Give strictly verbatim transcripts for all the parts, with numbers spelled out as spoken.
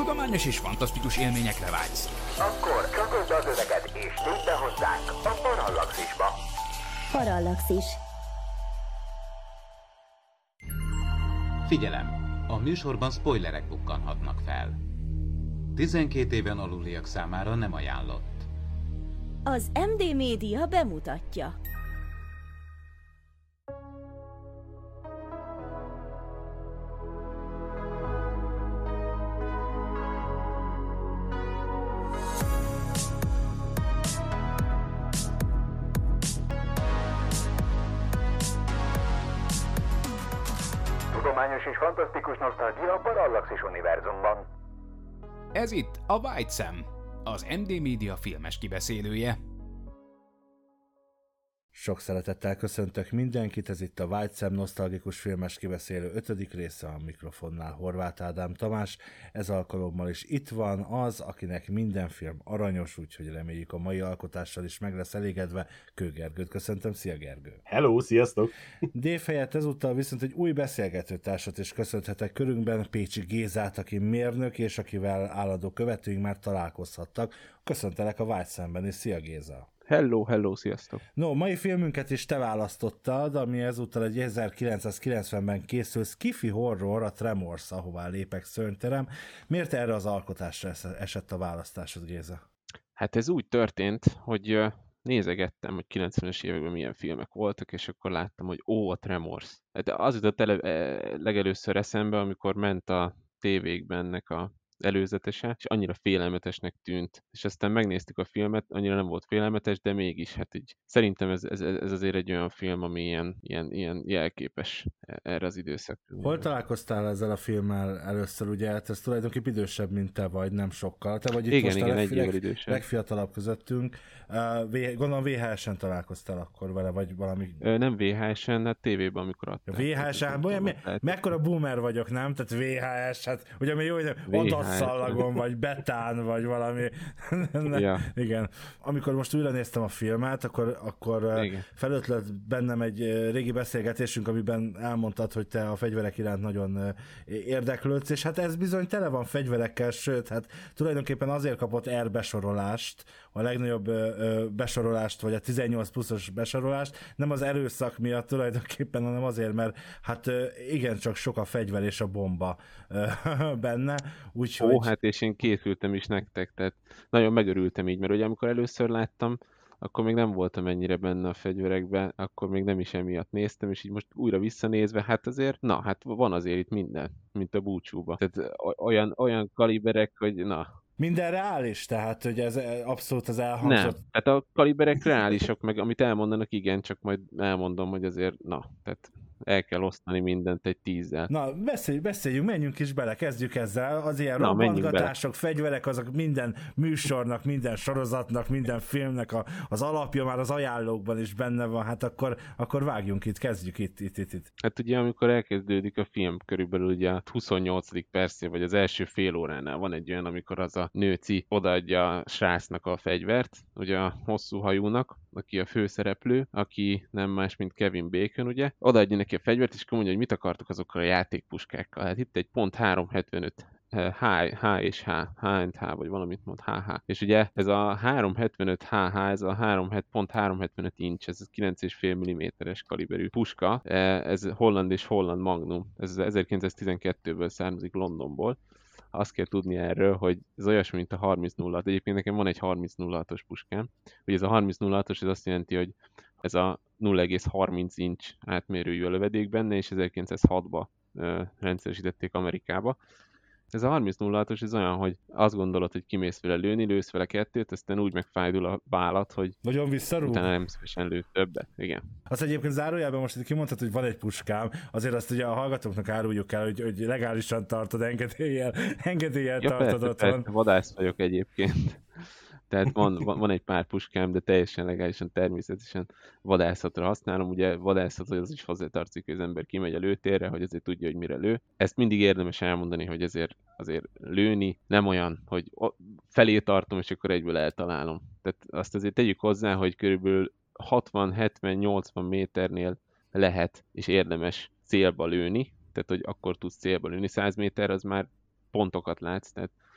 Tudományos és fantasztikus élményekre vágysz. Akkor csatolj az öveket és tűnj be hozzánk a Parallaxisba. Parallaxis. Figyelem! A műsorban spoilerek bukkanhatnak fel. tizenkét éven aluliak számára nem ajánlott. Az em dé Média bemutatja. Tudományos és fantasztikus nosztalgia a Parallaxis univerzumban. Ez itt a White Sam, az em dé Média filmes kibeszélője. Sok szeretettel köszöntök mindenkit, ez itt a White Sam nosztalgikus filmes kibeszélő ötödik része, a mikrofonnál Horváth Ádám Tamás. Ez alkalommal is itt van az, akinek minden film aranyos, úgyhogy reméljük a mai alkotással is meg lesz elégedve. Kő Gergőt köszöntöm, szia Gergő! Hello, sziasztok! Dave helyett ezúttal viszont egy új beszélgetőtársat is köszönhetek körünkben, Pécsi Gézát, aki mérnök, és akivel állandó követőink már találkozhattak. Köszöntelek a White Samben is, szia Géza! Hello, hello, sziasztok! No, mai filmünket is te választottad, ami ezúttal egy ezerkilencszázkilencvenben készült sci-fi horror, a Tremors, ahová lépek szörnyterem. Miért erre az alkotásra esett a választásod, Géza? Hát ez úgy történt, hogy nézegettem, hogy kilencvenes években milyen filmek voltak, és akkor láttam, hogy ó, a Tremors. De az jutott ele- legelőször eszembe, amikor ment a tévékben ennek a előzetese, és annyira félelmetesnek tűnt. És aztán megnéztük a filmet, annyira nem volt félelmetes, de mégis, hát így szerintem ez, ez, ez azért egy olyan film, ami ilyen, ilyen, ilyen jelképes erre az időszakra. Hol találkoztál ezzel a filmmel először, ugye? Hát ez tulajdonképpen idősebb, mint te vagy, nem sokkal. Te vagy itt igen, most igen, a egy évvel leg, idősebb. legfiatalabb közöttünk. Uh, gondolom vé há esen találkoztál akkor vele, vagy valami... Ö, nem vé há esen, hát tévében, amikor adták. vé há esen? Me- mekkora boomer vagyok, nem? Tehát vé há es, hát ugye mi jó, hogy adatszallagon, vagy betán, vagy valami. Ja. Igen. Amikor most újra néztem a filmet, akkor, akkor felötlött bennem egy régi beszélgetésünk, amiben elmondtad, hogy te a fegyverek iránt nagyon érdeklődsz, és hát ez bizony tele van fegyverekkel, sőt, hát tulajdonképpen azért kapott R besorolást, a legnagyobb besorolást, vagy a tizennyolc pluszos besorolást, nem az erőszak miatt tulajdonképpen, hanem azért, mert hát igencsak sok a fegyver és a bomba benne, úgyhogy... Ó, hát és én készültem is nektek, tehát nagyon megörültem így, mert ugye amikor először láttam, akkor még nem voltam ennyire benne a fegyverekben, akkor még nem is emiatt néztem, és így most újra visszanézve, hát azért, na, hát van azért itt minden, mint a búcsúba. Tehát olyan, olyan kaliberek, hogy na... Minden reális, tehát, hogy ez abszolút az elhangzott... Nem, tehát a kaliberek reálisak, meg amit elmondanak, igen, csak majd elmondom, hogy azért, na, tehát el kell osztani mindent egy tízzel. Na, beszéljünk, beszéljünk, menjünk is bele, kezdjük ezzel. Az ilyen Na, robbantgatások, fegyverek, azok minden műsornak, minden sorozatnak, minden filmnek a, az alapja már az ajánlókban is benne van, hát akkor, akkor vágjunk itt, kezdjük itt, itt, itt, itt. Hát ugye, amikor elkezdődik a film, körülbelül ugye a huszonnyolcadik percén, vagy az első fél óránál van egy olyan, amikor az a nőci odaadja a srácnak a fegyvert, ugye a hosszú hajúnak, aki a főszereplő, aki nem más, mint Kevin Bacon, ugye, odaadja neki a fegyvert, és akkor mondja, hogy mit akartok azokkal a játékpuskákkal. Hát itt egy pont háromszázhetvenöt H, H és H, H and H, vagy valamit mond, H H. És ugye ez a háromszázhetvenöt H H, ez a három pont háromszázhetvenöt inch, ez a kilenc egész öt milliméteres kaliberű puska, ez holland és holland magnum, ez ezerkilencszáztizenkettőből származik Londonból. Azt kell tudni erről, hogy ez olyasmi, mint a harminc nulla hat. Egyébként nekem van egy harminc nulla hatos puskám. Hogy ez a harminc nulla hatos, ez azt jelenti, hogy ez a nulla egész harminc inch átmérőjű a lövedék benne, és ezerkilencszázhatban ö, rendszeresítették Amerikába. Ez a harminc nulla hatos, ez olyan, hogy azt gondolod, hogy kimész vele lőni, lősz vele kettőt, aztán úgy megfájdul a bálat, hogy nagyon visszarúg. Utána nem szívesen lő többet. Igen. Azt egyébként zárójában most itt kimondtad, hogy van egy puskám, azért azt ugye a hallgatóknak áruljuk el, hogy, hogy legálisan tartod, engedéllyel, engedéllyel ja, tartod persze, otthon. Persze, vadász vagyok egyébként. Tehát van, van, van egy pár puskám, de teljesen legálisan, természetesen vadászatra használom. Ugye vadászat, az is hozzátartozik, hogy az ember kimegy a lőtérre, hogy azért tudja, hogy mire lő. Ezt mindig érdemes elmondani, hogy azért, azért lőni nem olyan, hogy felé tartom, és akkor egyből eltalálom. Tehát azt azért tegyük hozzá, hogy körülbelül hatvan, hetven, nyolcvan méternél lehet és érdemes célba lőni, tehát hogy akkor tudsz célba lőni. száz méter az már pontokat látsz, tehát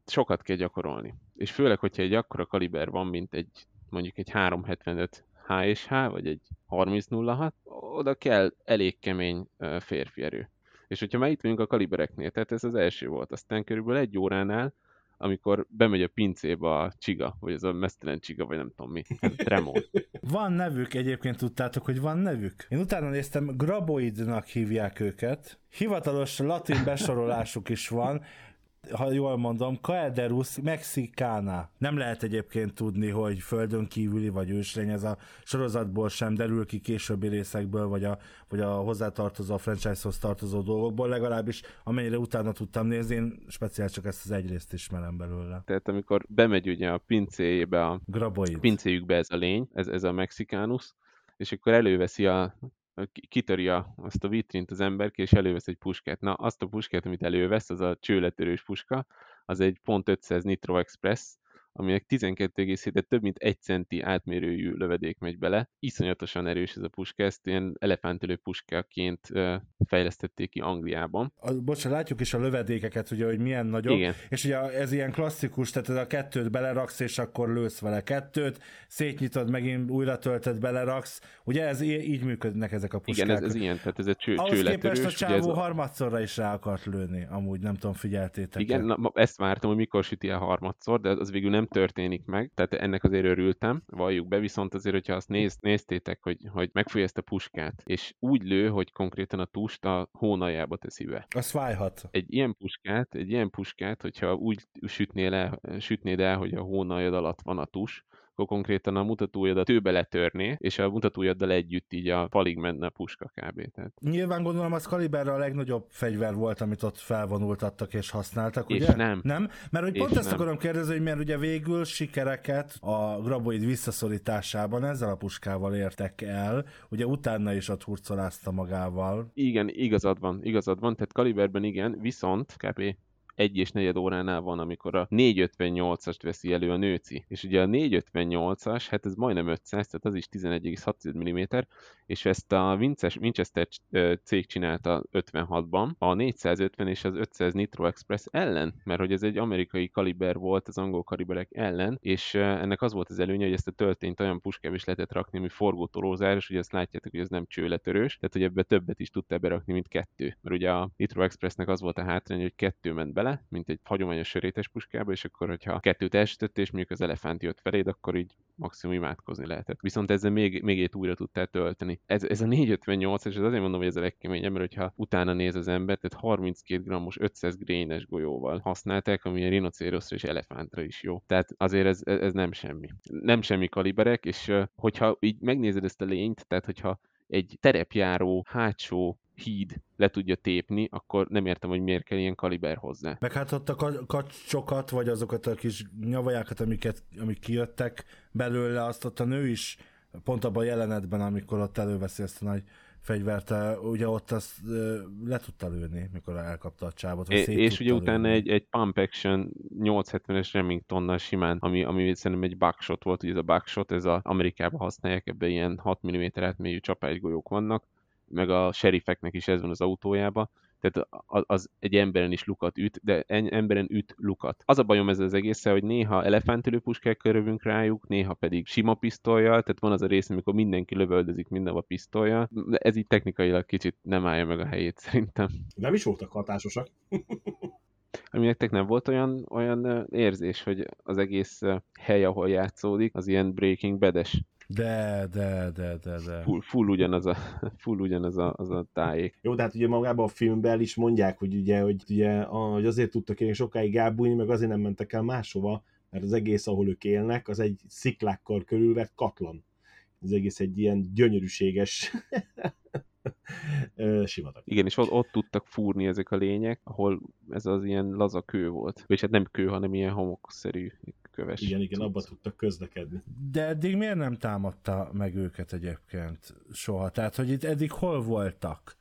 sokat kell gyakorolni. És főleg, hogyha egy akkora kaliber van, mint egy mondjuk egy háromszázhetvenöt há és há, vagy egy harminc nulla hat, oda kell elég kemény férfi erő. És hogyha már itt vagyunk a kalibereknél, tehát ez az első volt, aztán körülbelül egy óránál, amikor bemegy a pincébe a csiga, vagy az a mesztelen csiga, vagy nem tudom mi, ez a tremor. Van nevük, egyébként tudtátok, hogy van nevük? Én utána néztem, graboidnak hívják őket. Hivatalos latin besorolásuk is van, ha jól mondom, Caederus mexicana. Nem lehet egyébként tudni, hogy földön kívüli vagy őslény, ez a sorozatból sem derül ki későbbi részekből, vagy a, vagy a hozzátartozó, a franchise-hoz tartozó dolgokból, legalábbis amennyire utána tudtam nézni, én speciál csak ezt az egy részt ismerem belőle. Tehát amikor bemegy ugye a pincéjébe, a Graboid. pincéjükbe ez a lény, ez, ez a Mexicánus, és akkor előveszi a kitöri a, azt a vitrint az emberke, és elővesz egy puskát. Na, azt a puskát, amit elővesz, az a csőletörős puska, az egy pont ötszáz Nitro Express, aminek tizenkét egész hét, több mint egy centi átmérőjű lövedék megy bele. Iszonyatosan erős ez a puska, ezt ilyen elefántölő puskaként uh, fejlesztették ki Angliában. A, bocsánat, látjuk is a lövedékeket, ugye, hogy milyen nagyok, igen. És ugye ez ilyen klasszikus, tehát ez a kettőt beleraksz, és akkor lősz vele kettőt, szétnyitod, megint újra töltöd, beleraksz, ugye ez így működnek ezek a puskák. Igen, ez, ez ilyen, tehát ez egy cső, ahhoz csőletörős. Ahhoz képest a csávó a... harmadszorra is rá akart lőni, amúgy nem tudom, figyeltétek. Igen, na, ezt vártam, hogy mikor süti el harmadszor, de az végül nem történik meg, tehát ennek azért örültem, valljuk be, viszont azért, hogyha azt néz, néztétek, hogy, hogy megfogja ezt a puskát, és úgy lő, hogy konkrétan a tust a hónaljába teszi be. Az fájhat. Egy ilyen puskát, egy ilyen puskát, hogyha úgy sütnél el, sütnéd el, hogy a hónaljad alatt van a tus, akkor konkrétan a mutatójadat tőbe letörné, és a mutatójaddal együtt így a falig menne a puska kb. Tehát. Nyilván gondolom, az kaliberre a legnagyobb fegyver volt, amit ott felvonultattak és használtak, és ugye? nem. Nem? Mert hogy és pont ezt nem. akarom kérdezni, hogy mert ugye végül sikereket a graboid visszaszorításában ezzel a puskával értek el, ugye utána is ott hurcolázta magával. Igen, igazad van, igazad van, tehát kaliberben igen, viszont kb. egy és negyed óránál van, amikor a négyszázötvennyolcast veszi elő a nőci. És ugye a négyszázötvennyolcas, hát ez majdnem ötszáz, tehát az is tizenegy egész hat milliméter, és ezt a Winchester cég csinálta ötvenhatban, a négyszázötven és az ötszáz Nitro Express ellen, mert hogy ez egy amerikai kaliber volt az angol kaliberek ellen, és ennek az volt az előnye, hogy ezt a töltényt olyan puskába is lehetett rakni, ami forgótolózáros, ugye ezt látjátok, hogy ez nem csőletörős, tehát hogy ebbe többet is tudtál berakni, mint kettő. Mert ugye a Nitro Expressnek az volt a hátrány, hogy kettő ment bele, mint egy hagyományos sörétes puskába, és akkor, hogyha kettőt elsütött, és mondjuk az elefánt jött feléd, akkor így maximum imádkozni lehetett. Viszont ezzel még, még egy újra tudtál tölteni. Ez, ez a négyszázötvennyolc, és azért mondom, hogy ez a legkeményebb, mert hogyha utána néz az ember, tehát harminckét grammos ötszáz graines golyóval használták, ami a rinocéroszra és elefántra is jó. Tehát azért ez, ez nem semmi. Nem semmi kaliberek, és hogyha így megnézed ezt a lényt, tehát hogyha egy terepjáró hátsó híd le tudja tépni, akkor nem értem, hogy miért kell ilyen kaliber hozzá. Meg hát ott a kacsokat, vagy azokat a kis nyavajákat, amiket, amik kijöttek belőle, azt ott a nő is, pont abban a jelenetben, amikor ott előveszi ezt a nagy fegyvert, ugye ott azt le tudta lőni, mikor elkapta a csávot. É, és ugye lőni. Utána egy, egy Pump Action nyolcszázhetvenes Remingtonnal simán, ami, ami szerintem egy buckshot volt, ugye ez a buckshot, ez a Amerikában használják, ebben ilyen hat milliméter átmérőjű csapágygolyók vannak, meg a sheriffeknek is ez van az autójában, tehát az, az egy emberen is lukat üt, de emberen üt lukat. Az a bajom ezzel az egészen, hogy néha elefántölő puskákkal rövünk rájuk, néha pedig sima pisztollyal, tehát van az a rész, amikor mindenki lövöldözik mindenhol a pisztollyal, de ez így technikailag kicsit nem állja meg a helyét szerintem. Nem is voltak hatásosak. Ami nektek nem volt olyan, olyan érzés, hogy az egész hely, ahol játszódik, az ilyen Breaking Bad-es? De, de, de, de, de. Full, full ugyanaz a, full ugyanaz a, az a tájék. Jó, de hát ugye magában a filmben is mondják, hogy ugye, hogy, ugye hogy azért tudtak élni sokáig elbújni, meg azért nem mentek el máshova, mert az egész, ahol ők élnek, az egy sziklákkal körülvett katlan. Az egész egy ilyen gyönyörűséges sivatag. Igen, és ott, ott tudtak fúrni ezek a lények, ahol ez az ilyen laza kő volt. És hát nem kő, hanem ilyen homokszerű köves. Igen, igen, abba tudtak közlekedni. De eddig miért nem támadta meg őket egyébként soha? Tehát, hogy itt eddig hol voltak?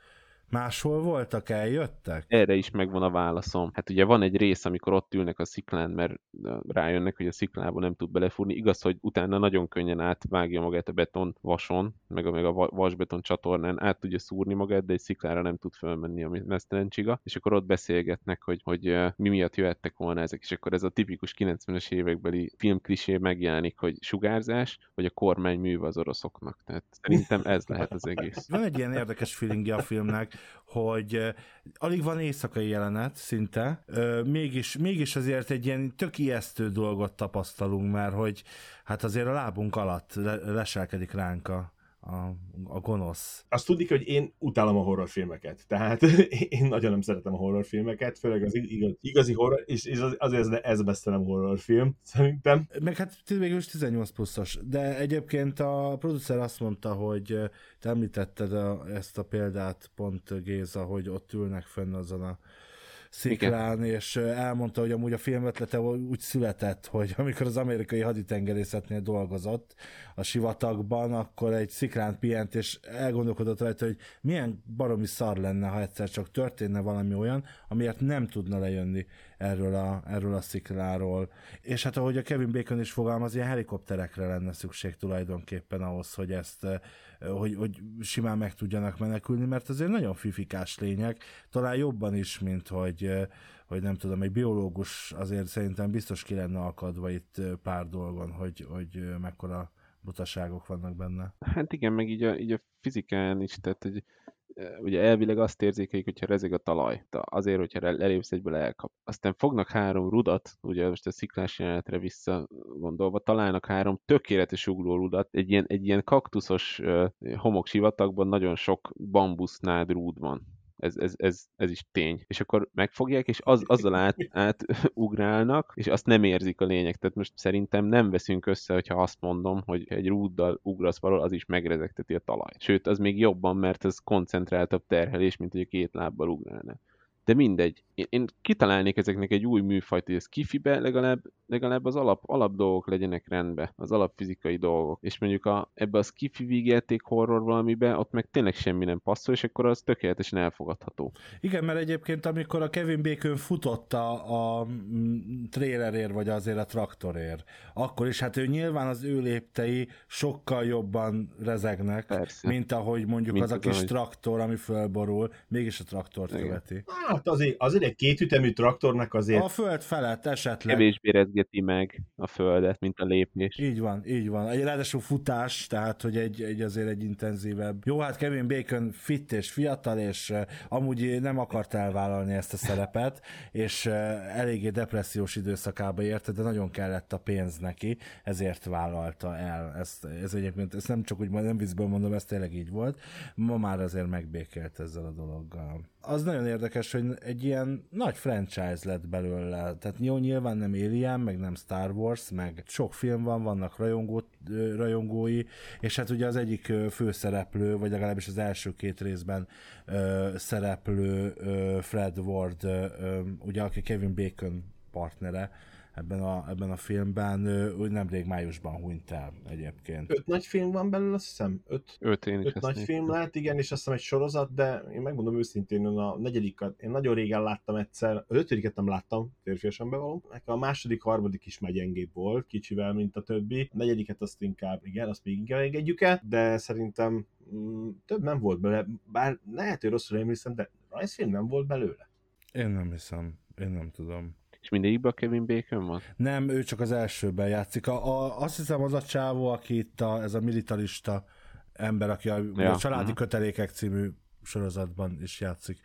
Máshol voltak, eljöttek? Erre is megvan a válaszom. Hát ugye van egy rész, amikor ott ülnek a sziklán, mert rájönnek, hogy a sziklába nem tud belefúrni. Igaz, hogy utána nagyon könnyen átvágja magát a beton vason, meg a, meg a vasbeton csatornán, át tudja szúrni magát, de egy sziklára nem tud fölmenni a meztelen csiga, és akkor ott beszélgetnek, hogy, hogy uh, mi miatt jöhettek volna ezek, és akkor ez a tipikus kilencvenes évekbeli filmklisé megjelenik, hogy sugárzás, vagy a kormány műve az oroszoknak. Tehát szerintem ez lehet az egész. Van egy ilyen érdekes feelingje a filmnek, hogy uh, alig van éjszakai jelenet szinte, uh, mégis, mégis azért egy ilyen tök ijesztő dolgot tapasztalunk már, hogy hát azért a lábunk alatt le- leselkedik ránk a, a, a gonosz. Azt tudni, hogy én utálom a horrorfilmeket, tehát én nagyon nem szeretem a horrorfilmeket, főleg az igaz, igazi horror, és, és azért ez messze nem horrorfilm, szerintem. Meg hát végül is tizennyolc pluszos, de egyébként a producer azt mondta, hogy te említetted a, ezt a példát pont, Géza, hogy ott ülnek fönn azon a sziklán, igen. És elmondta, hogy amúgy a film ötlete úgy született, hogy amikor az amerikai haditengerészetnél dolgozott a sivatagban, akkor egy sziklán pihent, és elgondolkodott rajta, hogy milyen baromi szar lenne, ha egyszer csak történne valami olyan, amiért nem tudna lejönni erről a, erről a szikláról. És hát ahogy a Kevin Bacon is fogalmaz, ilyen helikopterekre lenne szükség tulajdonképpen ahhoz, hogy ezt hogy, hogy simán meg tudjanak menekülni, mert azért nagyon fifikás lények, talán jobban is, mint hogy, hogy nem tudom, egy biológus azért szerintem biztos ki lenne akadva itt pár dolgon, hogy, hogy mekkora butaságok vannak benne. Hát igen, meg így a, így a fizikán is, tehát hogy ugye elvileg azt érzékelik, hogyha rezeg a talaj. De azért, hogyha elépsz egyből elkap. Aztán fognak három rudat, ugye most a sziklás jelenetre visszagondolva, találnak három tökéletes ugró rudat. Egy ilyen, egy ilyen kaktuszos uh, homoksivatagban nagyon sok bambusznád rúd van. Ez, ez, ez, ez is tény. És akkor megfogják, és az, azzal át, átugrálnak, és azt nem érzik a lényeg. Tehát most szerintem nem veszünk össze, hogyha azt mondom, hogy egy rúddal ugrasz valahol, az is megrezegteti a talajt. Sőt, az még jobban, mert ez koncentráltabb terhelés, mint hogy a két lábbal ugrálna. De mindegy. Én, én kitalálnék ezeknek egy új műfajt, hogy ez kifibe legalább, legalább az alap, alap dolgok legyenek rendben, az alapfizikai dolgok. És mondjuk a, ebbe a skifi vígjáték horror valamibe, ott meg tényleg semmi nem passzol, és akkor az tökéletesen elfogadható. Igen, mert egyébként amikor a Kevin Bacon futott a, a trailerért, vagy azért a traktorért, akkor is hát ő nyilván az ő léptei sokkal jobban rezegnek, persze, mint ahogy mondjuk mint az a kis ahogy... traktor, ami fölborul, mégis a traktort igen. követi. Hát azért, azért egy kétütemű traktornak azért... A föld felett esetleg. Kevésbé rezgeti meg a földet, mint a lépés. Így van, így van. Egy ráadásul futás, tehát hogy egy, egy azért egy intenzívebb. Jó, hát Kevin Bacon fit és fiatal, és uh, amúgy nem akart elvállalni ezt a szerepet, és uh, eléggé depressziós időszakába érte, de nagyon kellett a pénz neki, ezért vállalta el. Ezt, ez egyébként, ezt nem csak úgy nem viccből mondom, ez tényleg így volt. Ma már azért megbékélt ezzel a dologgal. Az nagyon érdekes, hogy egy ilyen nagy franchise lett belőle. Tehát jó, nyilván nem Alien, meg nem Star Wars, meg sok film van, vannak rajongó, rajongói, és hát ugye az egyik főszereplő, vagy legalábbis az első két részben ö, szereplő ö, Fred Ward, ö, ugye aki Kevin Bacon partnere, ebben a, ebben a filmben, úgy nemrég májusban hunyt el egyébként. Öt nagy film van belőle, azt hiszem? Öt, öt, én is öt nagy néztem. Film lehet, igen, és azt hiszem egy sorozat, de én megmondom őszintén, a negyedikat, én nagyon régen láttam egyszer, az ötödiket nem láttam, férfiasan bevallom, a második, harmadik is már gyengébb volt, kicsivel, mint a többi, a negyediket azt inkább, igen, azt még inkább engedjük el, de szerintem mm, több nem volt belőle, bár lehet, hogy rosszul emlékszem, de rajzfilm nem volt belőle. Én nem hiszem, én nem tudom. És mindegyikben a Kevin Bacon van? Nem, ő csak az elsőben játszik. A, a, azt hiszem az a csávó, aki itt a, ez a militarista ember, aki a, ja. a Családi uh-huh. Kötelékek című sorozatban is játszik.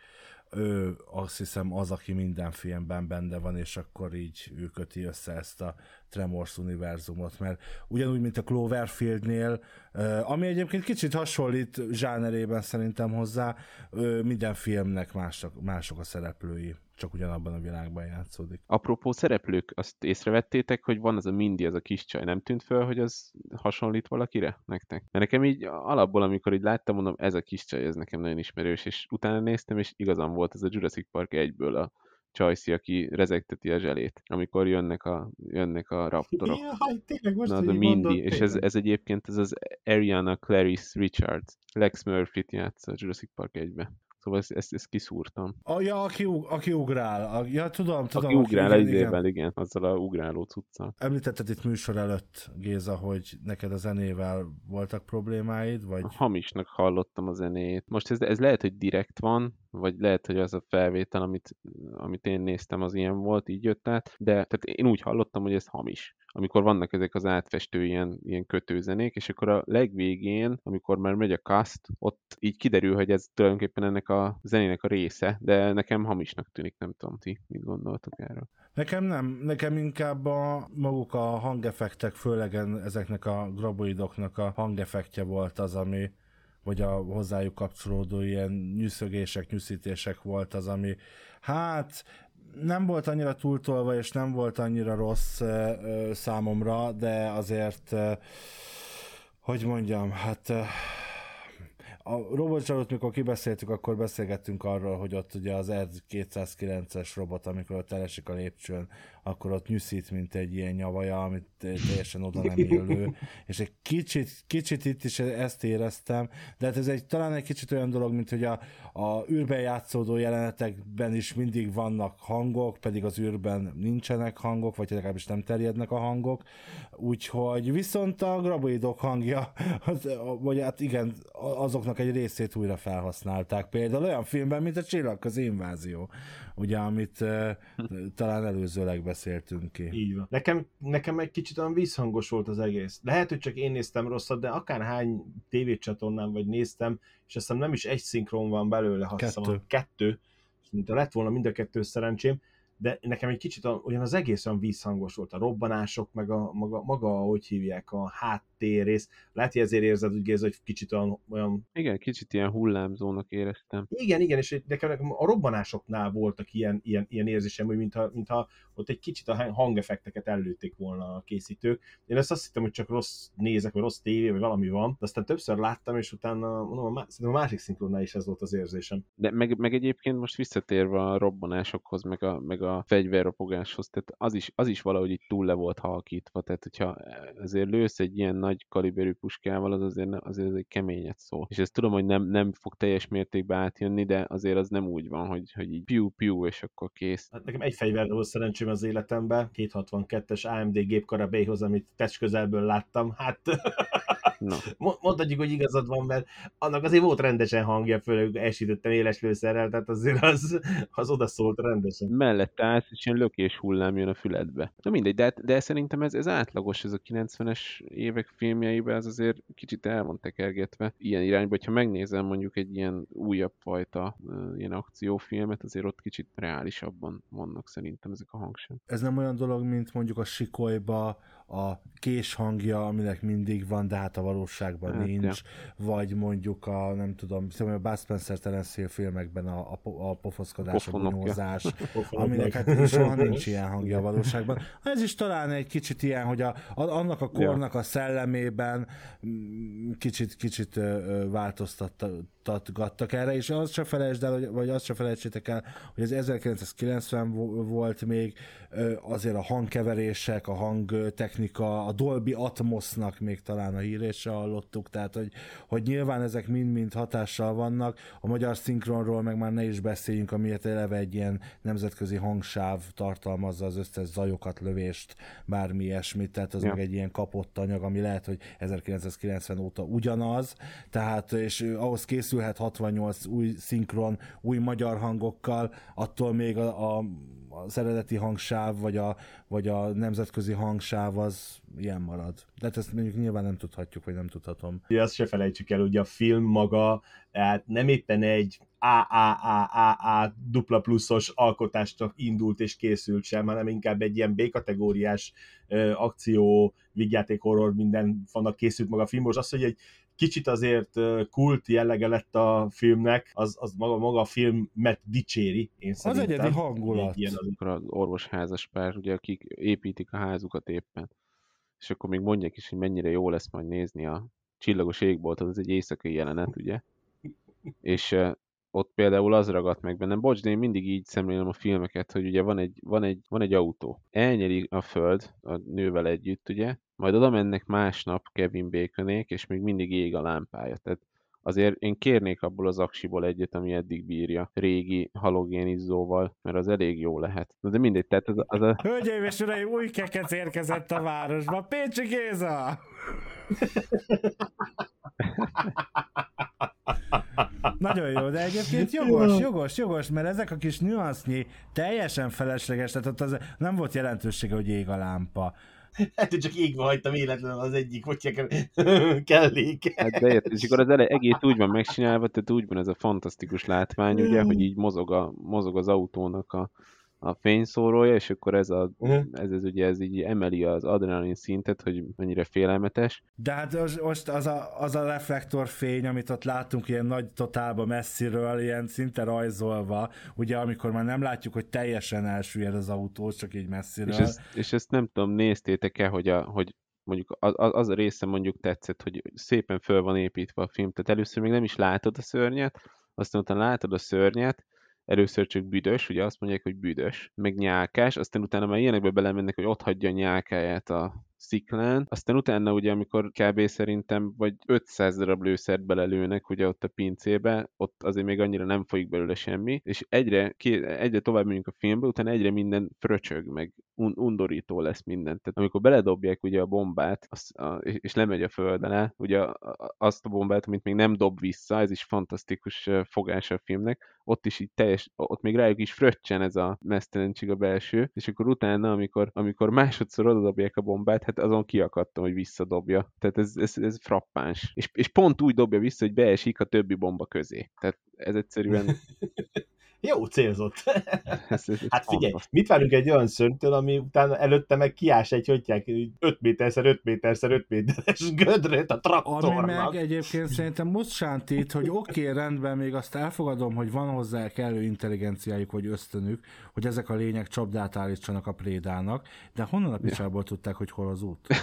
Ő azt hiszem az, aki minden filmben benne van, és akkor így ő köti össze ezt a Tremors univerzumot, mert ugyanúgy, mint a Cloverfieldnél, ami egyébként kicsit hasonlít zsánerében szerintem hozzá, minden filmnek mások, mások a szereplői, csak ugyanabban a világban játszódik. Apropó szereplők, azt észrevettétek, hogy van az a Mindy, az a kis csaj, nem tűnt föl, hogy az hasonlít valakire nektek? Mert nekem így alapból, amikor így láttam, mondom, ez a kis csaj, ez nekem nagyon ismerős, és utána néztem, és igazam volt, ez a Jurassic Park egyből a Csajci, aki rezegteti a zselét, amikor jönnek a, jönnek a raptorok. Jaj, tényleg most, na, az a Mindy, és ez, ez egyébként ez az Ariana Clarice Richards, Lex Murphy-t játsz a Jurassic Park egybe. Szóval ezt, ezt, ezt kiszúrtam. A, ja, aki, aki ugrál. A, ja, tudom, tudom. Aki ugrál aki, egy évvel, igen, azzal a ugráló cuccal. Említetted itt műsor előtt, Géza, hogy neked a zenével voltak problémáid, vagy? Hamisnak hallottam a zenét. Most ez, ez lehet, hogy direkt van, vagy lehet, hogy az a felvétel, amit, amit én néztem, az ilyen volt, így jött át, de tehát én úgy hallottam, hogy ez hamis. Amikor vannak ezek az átfestő ilyen, ilyen kötőzenék, és akkor a legvégén, amikor már megy a cast, ott így kiderül, hogy ez tulajdonképpen ennek a zenének a része, de nekem hamisnak tűnik, nem tudom, ti mit gondoltok erről. Nekem nem, nekem inkább a maguk a hangeffektek, főleg ezeknek a graboidoknak a hangeffektje volt az, ami, vagy a hozzájuk kapcsolódó ilyen nyűszögések, nyűszítések volt az, ami hát nem volt annyira túltolva, és nem volt annyira rossz ö, ö, számomra, de azért, ö, hogy mondjam, hát ö, a robotcsalót, mikor kibeszéltük, akkor beszélgettünk arról, hogy ott ugye az R kétszázkilences robot, amikor ott elesik a lépcsőn, akkor ott nyűszít, mint egy ilyen nyavaja, amit teljesen oda nem illő. És egy kicsit, kicsit itt is ezt éreztem, de hát ez egy, talán egy kicsit olyan dolog, mint hogy a, a űrben játszódó jelenetekben is mindig vannak hangok, pedig az űrben nincsenek hangok, vagy legalábbis nem terjednek a hangok. Úgyhogy viszont a graboidok hangja, az, vagy hát igen, azoknak egy részét újra felhasználták. Például olyan filmben, mint a Csillagközi invázió, ugye, amit uh, talán előzőleg beszéltünk ki. Így van. Nekem, nekem egy kicsit olyan vízhangos volt az egész. Lehet, hogy csak én néztem rosszat, de akárhány tévécsatornán vagy néztem, és azt hiszem nem is egy szinkron van belőle, ha kettő. kettő. Mint lett volna mind a kettő szerencsém, de nekem egy kicsit olyan az egész olyan vízhangos volt, a robbanások, meg a maga, maga hogy hívják, a háttérrész. Lehet, hogy ezért érzed úgy, Géza, hogy kicsit olyan, olyan... Igen, kicsit ilyen hullámzónak éreztem. Igen, igen, és nekem, nekem a robbanásoknál voltak ilyen, ilyen, ilyen érzésem, hogy mintha, mintha ott egy kicsit a hangeffekteket ellőtték volna a készítők. Én ezt azt hittem, hogy csak rossz nézek, vagy rossz tévé, vagy valami van, de aztán többször láttam, és utána mondom, a, a másik szinkronnál is ez volt az érzésem. De meg, meg egyébként most visszatérve a robbanásokhoz, meg a, meg a fegyverropogáshoz, tehát az is, az is valahogy itt túl le volt halkítva, tehát hogyha azért lősz egy ilyen nagy kaliberű puskával, az azért, azért az egy keményet szól. És ezt tudom, hogy nem, nem fog teljes mértékben átjönni, de azért az nem úgy van, hogy, hogy így piu-piu, és akkor kész. Hát nekem egy fegyverre volt szerencsém az életemben, kétszázhatvankettes á em dé gépkara béhoz, amit test közelből láttam, hát no. Mondhatjuk, hogy igazad van, mert annak azért volt rendesen hangja, főleg elsütöttem éles lőszerrel, tehát azért az, az odaszólt rendesen. Mellett állsz, és ilyen lökés hullám jön a füledbe. Na mindegy, de, de szerintem ez, ez átlagos, ez a kilencvenes évek filmjeiben, ez azért kicsit el van tekergetve ilyen irányba, hogyha megnézem mondjuk egy ilyen újabb fajta ilyen akciófilmet, azért ott kicsit reálisabban vannak szerintem ezek a hangsávok. Ez nem olyan dolog, mint mondjuk a Sikolyba a kés hangja, aminek mindig van, de hát a valóságban hát, nincs, ja. Vagy mondjuk a, nem tudom, a Bud Spencer Terence Hill filmekben a, a, a pofoszkodás, a bunyózás, aminek hát soha nincs ilyen hangja a valóságban. Ez is talán egy kicsit ilyen, hogy a, a, annak a kornak a szellemében kicsit, kicsit változtatgattak erre, és azt se felejtsd el, vagy azt se felejtsétek el, hogy az ezerkilencszázkilencven volt még, azért a hangkeverések, a hangtechnika, a Dolby Atmosnak még talán a hírét se hallottuk, tehát hogy, hogy nyilván ezek mind-mind hatással vannak, a magyar szinkronról meg már ne is beszéljünk, amiért eleve egy ilyen nemzetközi hangsáv tartalmazza az összes zajokat, lövést, bármi ilyesmit, tehát az ja. meg egy ilyen kapott anyag, ami lehet, hogy ezerkilencszázkilencven óta ugyanaz, tehát és ahhoz készülhet hatvannyolc új szinkron, új magyar hangokkal, attól még a, a, az eredeti hangsáv, vagy a, vagy a nemzetközi hangsáv az ilyen marad. De hát ezt mondjuk nyilván nem tudhatjuk, vagy nem tudhatom. Ja, azt se felejtsük el, hogy a film maga hát nem éppen egy á á á á á dupla pluszos alkotásnak indult és készült sem, hanem inkább egy ilyen B-kategóriás uh, akció, vígjáték, horror, minden vannak készült maga a film. Most az, hogy egy kicsit azért kult jellege lett a filmnek, az, az maga, maga a filmet dicséri, én szerintem. Az egyedi hangulat. Ilyen az, az orvosházas pár, ugye, akik építik a házukat éppen. És akkor még mondják is, hogy mennyire jó lesz majd nézni a Csillagos égboltot, az egy éjszakai jelenet, ugye? És uh, ott például az ragadt meg bennem, bocs, de én mindig így szemlélem a filmeket, hogy ugye van egy, van egy, van egy autó. Elnyeri a föld a nővel együtt, ugye? Majd oda mennek másnap Kevin Baconék, és még mindig ég a lámpája. Tehát azért én kérnék abból az aksiból egyet, ami eddig bírja, régi halogénizzóval, mert az elég jó lehet. De mindegy, tehát az, az a... Hölgyeim és uraim, új kekec érkezett a városba, Pécsi Géza! Nagyon jó, de egyébként jogos, jogos, jogos, mert ezek a kis nüansznyi teljesen felesleges, tehát ott az nem volt jelentősége, hogy ég a lámpa. Hát, csak égve hagytam véletlenül az egyik, hogy kellék. Hát de érted, és akkor az ele- egész úgy van megcsinálva, tehát úgy van ez a fantasztikus látvány, ugye, hogy így mozog, a, mozog az autónak a, a fényszórója, és akkor ez, a, uh-huh. ez, ez ugye ez így emeli az adrenalin szintet, hogy mennyire félelmetes. De hát most az a, az a reflektorfény, amit ott láttunk ilyen nagy totálba messziről, ilyen szinte rajzolva, ugye amikor már nem látjuk, hogy teljesen elsüllyed az autó, csak így messziről. És ezt, és ezt nem tudom, néztétek-e, hogy, a, hogy mondjuk az, az a része mondjuk tetszett, hogy szépen föl van építve a film, tehát először még nem is látod a szörnyet, aztán utána látod a szörnyet, először csak büdös, ugye azt mondják, hogy büdös, meg nyálkás, aztán utána már ilyenekbe belemennek, hogy ott hagyja a nyálkáját a sziklán, aztán utána ugye, amikor kb. Szerintem vagy ötszáz darab lőszert belelőnek ugye ott a pincébe, ott azért még annyira nem folyik belőle semmi, és egyre, egyre tovább megyünk a filmbe, utána egyre minden fröcsög, meg un- undorító lesz minden. Tehát amikor beledobják ugye a bombát, az, a, és lemegy a föld alá, ugye azt a bombát, amit még nem dob vissza, ez is fantasztikus fogása a filmnek, ott is így teljes, ott még rájuk is fröccsen ez a mesztelentség a belső, és akkor utána, amikor, amikor másodszor odadobják a bombát, hát azon kiakadtam, hogy visszadobja. Tehát ez, ez, ez frappáns. És, és pont úgy dobja vissza, hogy beesik a többi bomba közé. Tehát ez egyszerűen... Jó célzott. ez, ez hát figyelj, mit várunk egy olyan szörnytől, ami utána előtte meg kiás egy, hogyják, öt méterszer öt méterszer öt méteres gödröt a traktornak. Ami meg egyébként szerintem most sántít, hogy oké, okay, rendben, még azt elfogadom, hogy van hozzá kellő intelligenciájuk, vagy ösztönük, hogy ezek a lények csapdát állítsanak a prédának, de honnan a picsából tudták, hogy hol az út?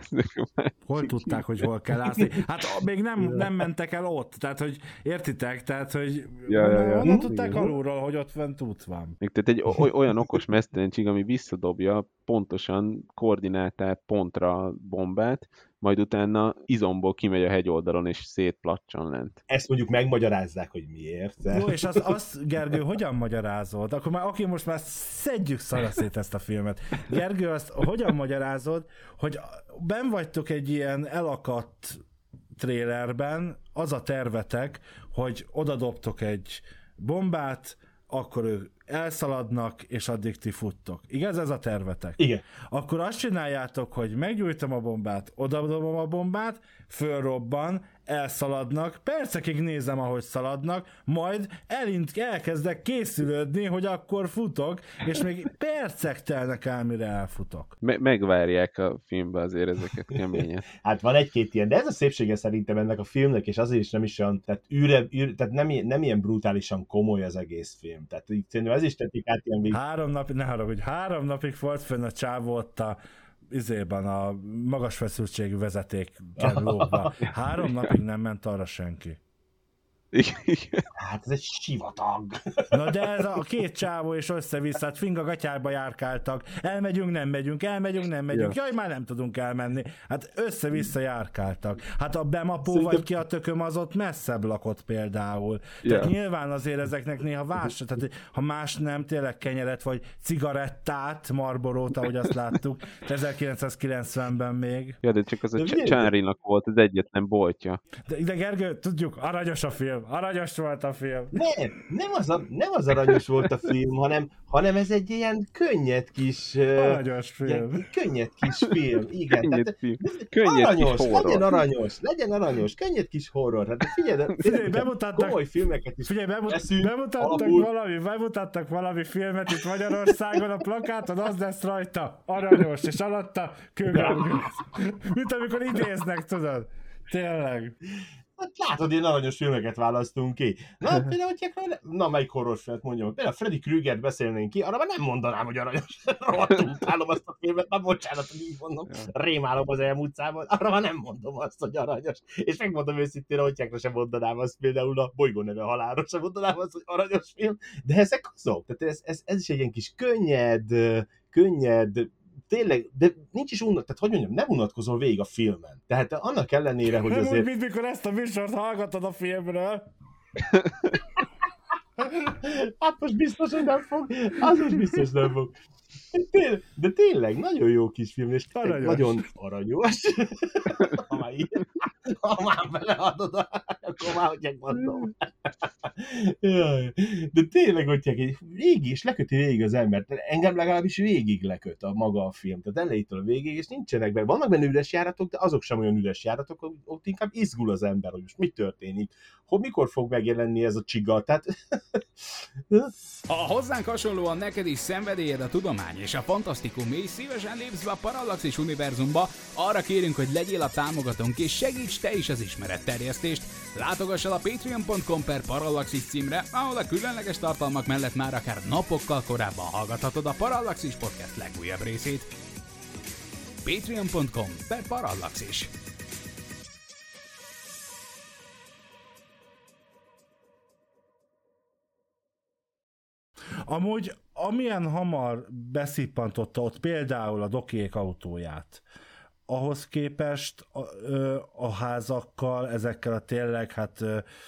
Hol tudták, hogy hol kell ászni? Hát még nem, nem mentek el ott, tehát hogy értitek, tehát hogy ja, ja, ja. honnan tudták alulról, hogy ott fent út van. Tehát egy olyan okos mesztelentség, ami visszadobja pontosan koordinátált pontra a bombát, majd utána izomból kimegy a hegyoldalon, és szétplacsan lent. Ezt mondjuk megmagyarázzák, hogy miért. Jó, és azt, az, Gergő, hogyan magyarázod? Akkor már, oké, most már szedjük szarra szét ezt a filmet. Gergő, azt hogyan magyarázod, hogy benn vagytok egy ilyen elakadt trélerben, az a tervetek, hogy odadobtok egy bombát, akkor ők elszaladnak, és addig ti futtok. Igaz, ez a tervetek? Igen. Akkor azt csináljátok, hogy meggyújtom a bombát, odadobom a bombát, fölrobban, elszaladnak, percekig nézem, ahogy szaladnak, majd elint, elkezdek készülődni, hogy akkor futok, és még percek telnek el, mire elfutok. Me- megvárják a filmbe azért ezeket keményen. Hát van egy-két ilyen, de ez a szépsége szerintem ennek a filmnek, és azért is nem is olyan, tehát, űre, űre, tehát nem, nem ilyen brutálisan komoly az egész film. Tehát így szerintem ez is tették át ilyen végig. Három napig, ne haragudj, három napig volt fönn a csávó ott a izében a magas feszültségű vezetéken lógva. Három napig nem ment arra senki. Hát ez egy sivatag. Na de ez a két csávó és össze-vissza, hát finga gatyárba járkáltak. Elmegyünk, nem megyünk, elmegyünk, nem megyünk. Ja. Jaj, már nem tudunk elmenni. Hát össze-vissza járkáltak. Hát a bemapó Szerintem... vagy ki a tököm, az ott messzebb lakott például. Tehát yeah. nyilván azért ezeknek néha vás, tehát ha más nem, tényleg kenyeret vagy cigarettát, Marlborót, ahogy azt láttuk, ezerkilencszázkilencvenben még. Ja, de csak az a Csárinak volt az egyetlen boltja. De, de Gergő, tudjuk, aranyos a film. Aranyos volt a film. Nem, nem az, a, nem az aranyos volt a film, hanem, hanem ez egy ilyen könnyed kis... Aranyos film. Ilyen könnyed kis film, igen. Könnyed tehát, film. Könnyed aranyos, kis horror. legyen aranyos, legyen aranyos, könnyed kis horror. Hát figyelj, figyelj bemutattak, komoly filmeket is figyelj, bemut, eszünk, bemutattak, alapul. valami, bemutattak valami filmet itt Magyarországon, a plakáton az lesz rajta, aranyos, és alatta kőgergő. Mint amikor idéznek, tudod. Tényleg. Hát látod, ilyen aranyos filmeket választunk ki. Na, például, hogy na, melyik horrorfilmet mondjam? Például Freddy Krügert beszélnénk ki, arra már nem mondanám, hogy aranyos. Rohadtul utálom azt a filmet, már bocsánat, hogy így mondom. Rémálom az elmúlt számon, arra már nem mondom azt, hogy aranyos. És megmondom őszintén, hogy sem mondanám azt, például a Bolygó neve halálra sem mondanám azt, hogy aranyos film. De ezek azok. Tehát ez, ez, ez is egy ilyen kis könnyed, könnyed, tényleg, de nincs is unat, tehát hogy mondjam, nem unatkozol végig a filmen. Tehát annak ellenére, hogy nem azért... úgy, mint mikor ezt a műsort hallgatod a filmről. Hát most biztos, hogy nem fog, az most biztos nem fog. Tényleg, de tényleg, nagyon jó kis film, és aranyos. Nagyon aranyos. Ha már ilyen, ha már beleadod, akkor már hogy mondom. De tényleg, hogy végig, és leköti végig az embert. Engem legalábbis végig leköt a maga a film. Tehát elejétől a végig, és nincsenek benne. Vannak benne üres járatok, de azok sem olyan üres járatok, ott inkább izgul az ember, hogy most mi történik. Hogy mikor fog megjelenni ez a csiga? Tehát... Ha hozzánk hasonlóan neked is szenvedélyed a tudomány és a fantasztikum, és szívesen lépsz be a Parallaxis univerzumba, arra kérünk, hogy legyél a támogatónk, és segíts te is az ismeretterjesztést. Látogass el a patreon pont com per Parallaxis címre, ahol a különleges tartalmak mellett már akár napokkal korábban hallgathatod a Parallaxis podcast legújabb részét. patreon pont com per Parallaxis. Amúgy, amilyen hamar beszippantotta ott például a Dokiék autóját, ahhoz képest a, a házakkal, ezekkel a tényleg, hát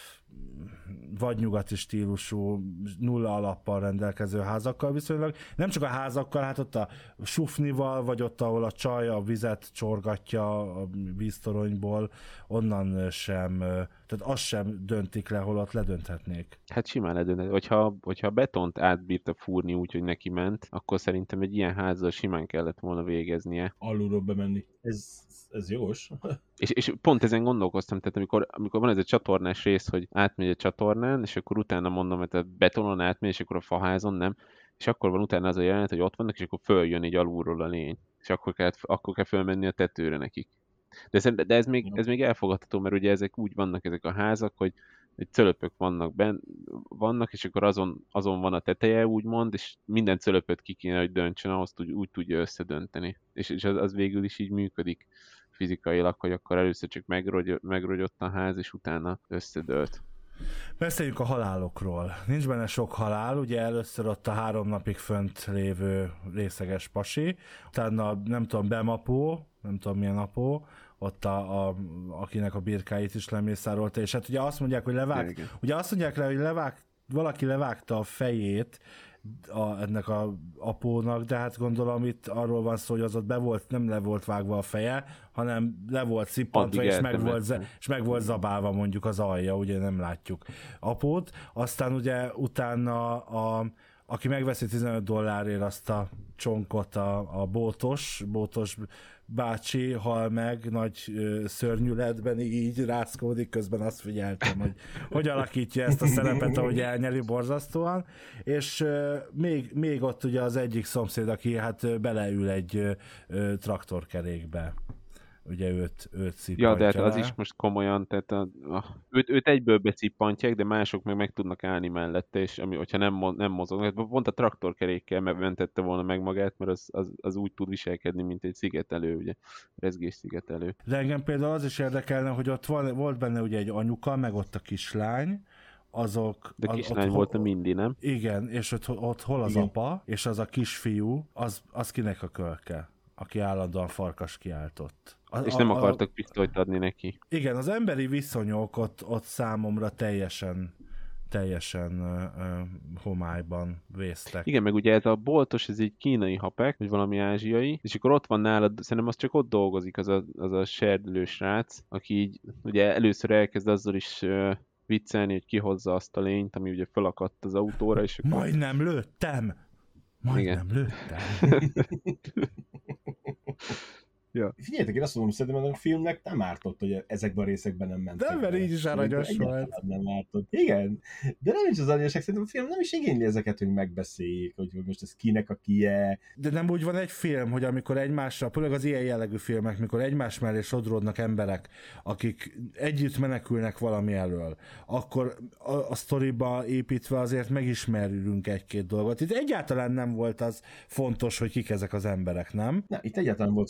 vagy nyugati stílusú, nulla alappal rendelkező házakkal viszonylag. Nem csak a házakkal, hát ott a sufnival, vagy ott, ahol a csaj a vizet csorgatja a víztoronyból, onnan sem, tehát azt sem döntik le, holott ledönthetnék. Hát simán ledönthetnék. Hogyha, hogyha betont átbírta fúrni úgy, hogy neki ment, akkor szerintem egy ilyen házzal simán kellett volna végeznie. Alulról bemenni. Ez, ez jogos. És, és pont ezen gondolkoztam, tehát amikor, amikor van ez a csatornás rész, hogy átmegy a csatornán, és akkor utána mondom, hogy a betonon átmegy, és akkor a faházon nem, és akkor van utána az a jelenet, hogy ott vannak, és akkor följön így alulról a lény, és akkor kell, akkor kell fölmenni a tetőre nekik. De, de ez, még, ez még elfogadható, mert ugye ezek úgy vannak ezek a házak, hogy, hogy cölöpök vannak benne, vannak, és akkor azon, azon van a teteje, úgymond, és minden cölöpöt ki kéne, hogy döntsön, ahhoz úgy, úgy tudja összedönteni. És, és az, az végül is így működik fizikailag, hogy akkor először csak megrogy, megrogyott a ház, és utána összedőlt. Beszéljünk a halálokról. Nincs benne sok halál, ugye először ott a három napig fönt lévő részeges pasi, utána nem tudom, Bemapó, nem tudom milyen apó, ott a, a, akinek a birkáit is lemészárolta, és hát ugye azt mondják, hogy levág, ugye azt mondják rá, hogy levág, valaki levágta a fejét, A, ennek a apónak, de hát gondolom itt arról van szó, hogy az ott be volt, nem le volt vágva a feje, hanem le volt szippantva, és meg volt, és meg volt zabálva mondjuk az alja, ugye nem látjuk apót. Aztán ugye utána a, aki megveszi tizenöt dollárért azt a csonkot, a, a bótos, bótos bácsi hal meg nagy ö, szörnyületben, így rászkódik, közben azt figyeltem, hogy hogy alakítja ezt a szerepet, ahogy elnyeli borzasztóan, és ö, még, még ott ugye az egyik szomszéd, aki hát beleül egy ö, ö, traktorkerékbe. Ugye őt, őt szippantja. Ja, de hát az is most komolyan, tehát a, a, őt, őt egyből beszippantják, de mások meg meg tudnak állni mellette, és ami, hogyha nem, nem mozognak, pont a traktorkerékkel mentette volna meg magát, mert az, az, az úgy tud viselkedni, mint egy szigetelő, ugye, rezgés szigetelő. De engem például az is érdekelne, hogy ott van, volt benne ugye egy anyuka, meg ott a kislány, azok... De az, kislány ott, volt a Mindy, nem? Igen, és ott, ott hol az igen. apa, és az a kisfiú, az, az kinek a kölke, aki állandóan farkas kiáltott. A, és nem a, akartak a, pisztolyt adni neki. Igen, az emberi viszonyok ott, ott számomra teljesen teljesen uh, uh, homályban vésztek. Igen, meg ugye ez a boltos, ez egy kínai hapek, vagy valami ázsiai, és akkor ott van nálad, szerintem az csak ott dolgozik, az a, az a serdülő srác, aki így ugye először elkezd azzal is uh, viccelni, hogy kihozza azt a lényt, ami ugye felakadt az autóra, és akkor... Majdnem lőttem! Majdnem igen. lőttem! Ja. Figyeljetek, én azt mondom, hogy szerintem a filmnek nem ártott, hogy ezekben a részekben nem ment. De mert így is aranyos volt. Nem ártott. Igen, de nem is az aranyosság, szerintem a film nem is igényli ezeket, hogy megbeszéljék, hogy most ez kinek a kie. De nem úgy van egy film, hogy amikor egymással, főleg az ilyen jellegű filmek, mikor egymás mellé sodródnak emberek, akik együtt menekülnek valami elől, akkor a, a sztoriba építve azért megismerünk egy-két dolgot. Itt egyáltalán nem volt az fontos, hogy kik ezek az emberek, nem? Nem, itt egyáltalán volt fontos szerintem.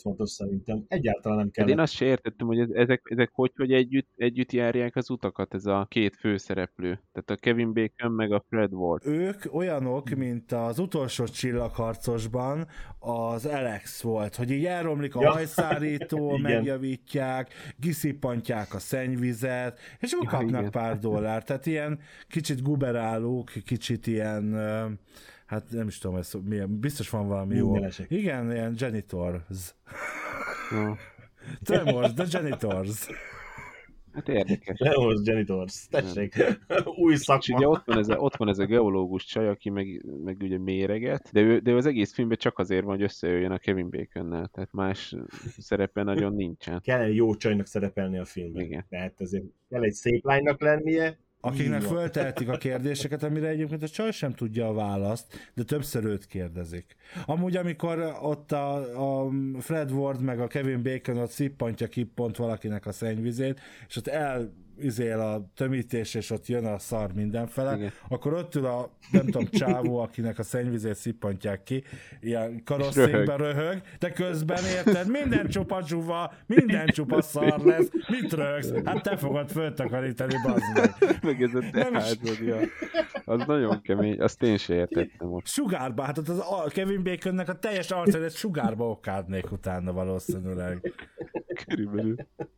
Szerintem egyáltalán nem kell. Én azt se értettem, hogy ezek, ezek hogy, hogy együtt, együtt járják az utakat, ez a két főszereplő. Tehát a Kevin Bacon meg a Fred Ward. Ők olyanok, mint az utolsó csillagharcosban az Alex volt, hogy így elromlik a ja. hajszárító, megjavítják, kiszippantják a szennyvizet, és akkor ja, kapnak igen. pár dollárt. Tehát ilyen kicsit guberálók, kicsit ilyen, hát nem is tudom, ez milyen, biztos van valami jó. Igen, ilyen janitors. No. Tremors, the janitors. Hát érdekes. Tremors, janitors, tessék, új szakma. És ugye ott van, ez a, ott van ez a geológus csaj, aki meg, meg ugye méreget, de ő, de ő az egész filmben csak azért van, hogy összejöjjön a Kevin Baconnel, tehát más szerepe nagyon nincsen. Kell egy jó csajnak szerepelni a filmben. Igen. Tehát azért kell egy szép lánynak lennie, akiknek föltehetik a kérdéseket, amire egyébként a csaj sem tudja a választ, de többször őt kérdezik. Amúgy, amikor ott a, a Fred Ward meg a Kevin Bacon ott szippantja ki pont valakinek a szennyvizét, és ott el izél a tömítés, és ott jön a szar mindenfele, igen. akkor ott ül a, nem tudom, csávó, akinek a szennyvizét szippantják ki, ilyen karosszékben röhög. röhög, de közben érted, minden csupa zsuva, minden csupa szar lesz, mit röhögsz? Hát te fogod föltakarítani, bazd meg. Meg ez a te házadja. Az nagyon kemény, azt én se értettem most. Sugárba, hát az a Kevin Baconnek a teljes arcát sugárba okádnék utána valószínűleg. Körülbelül.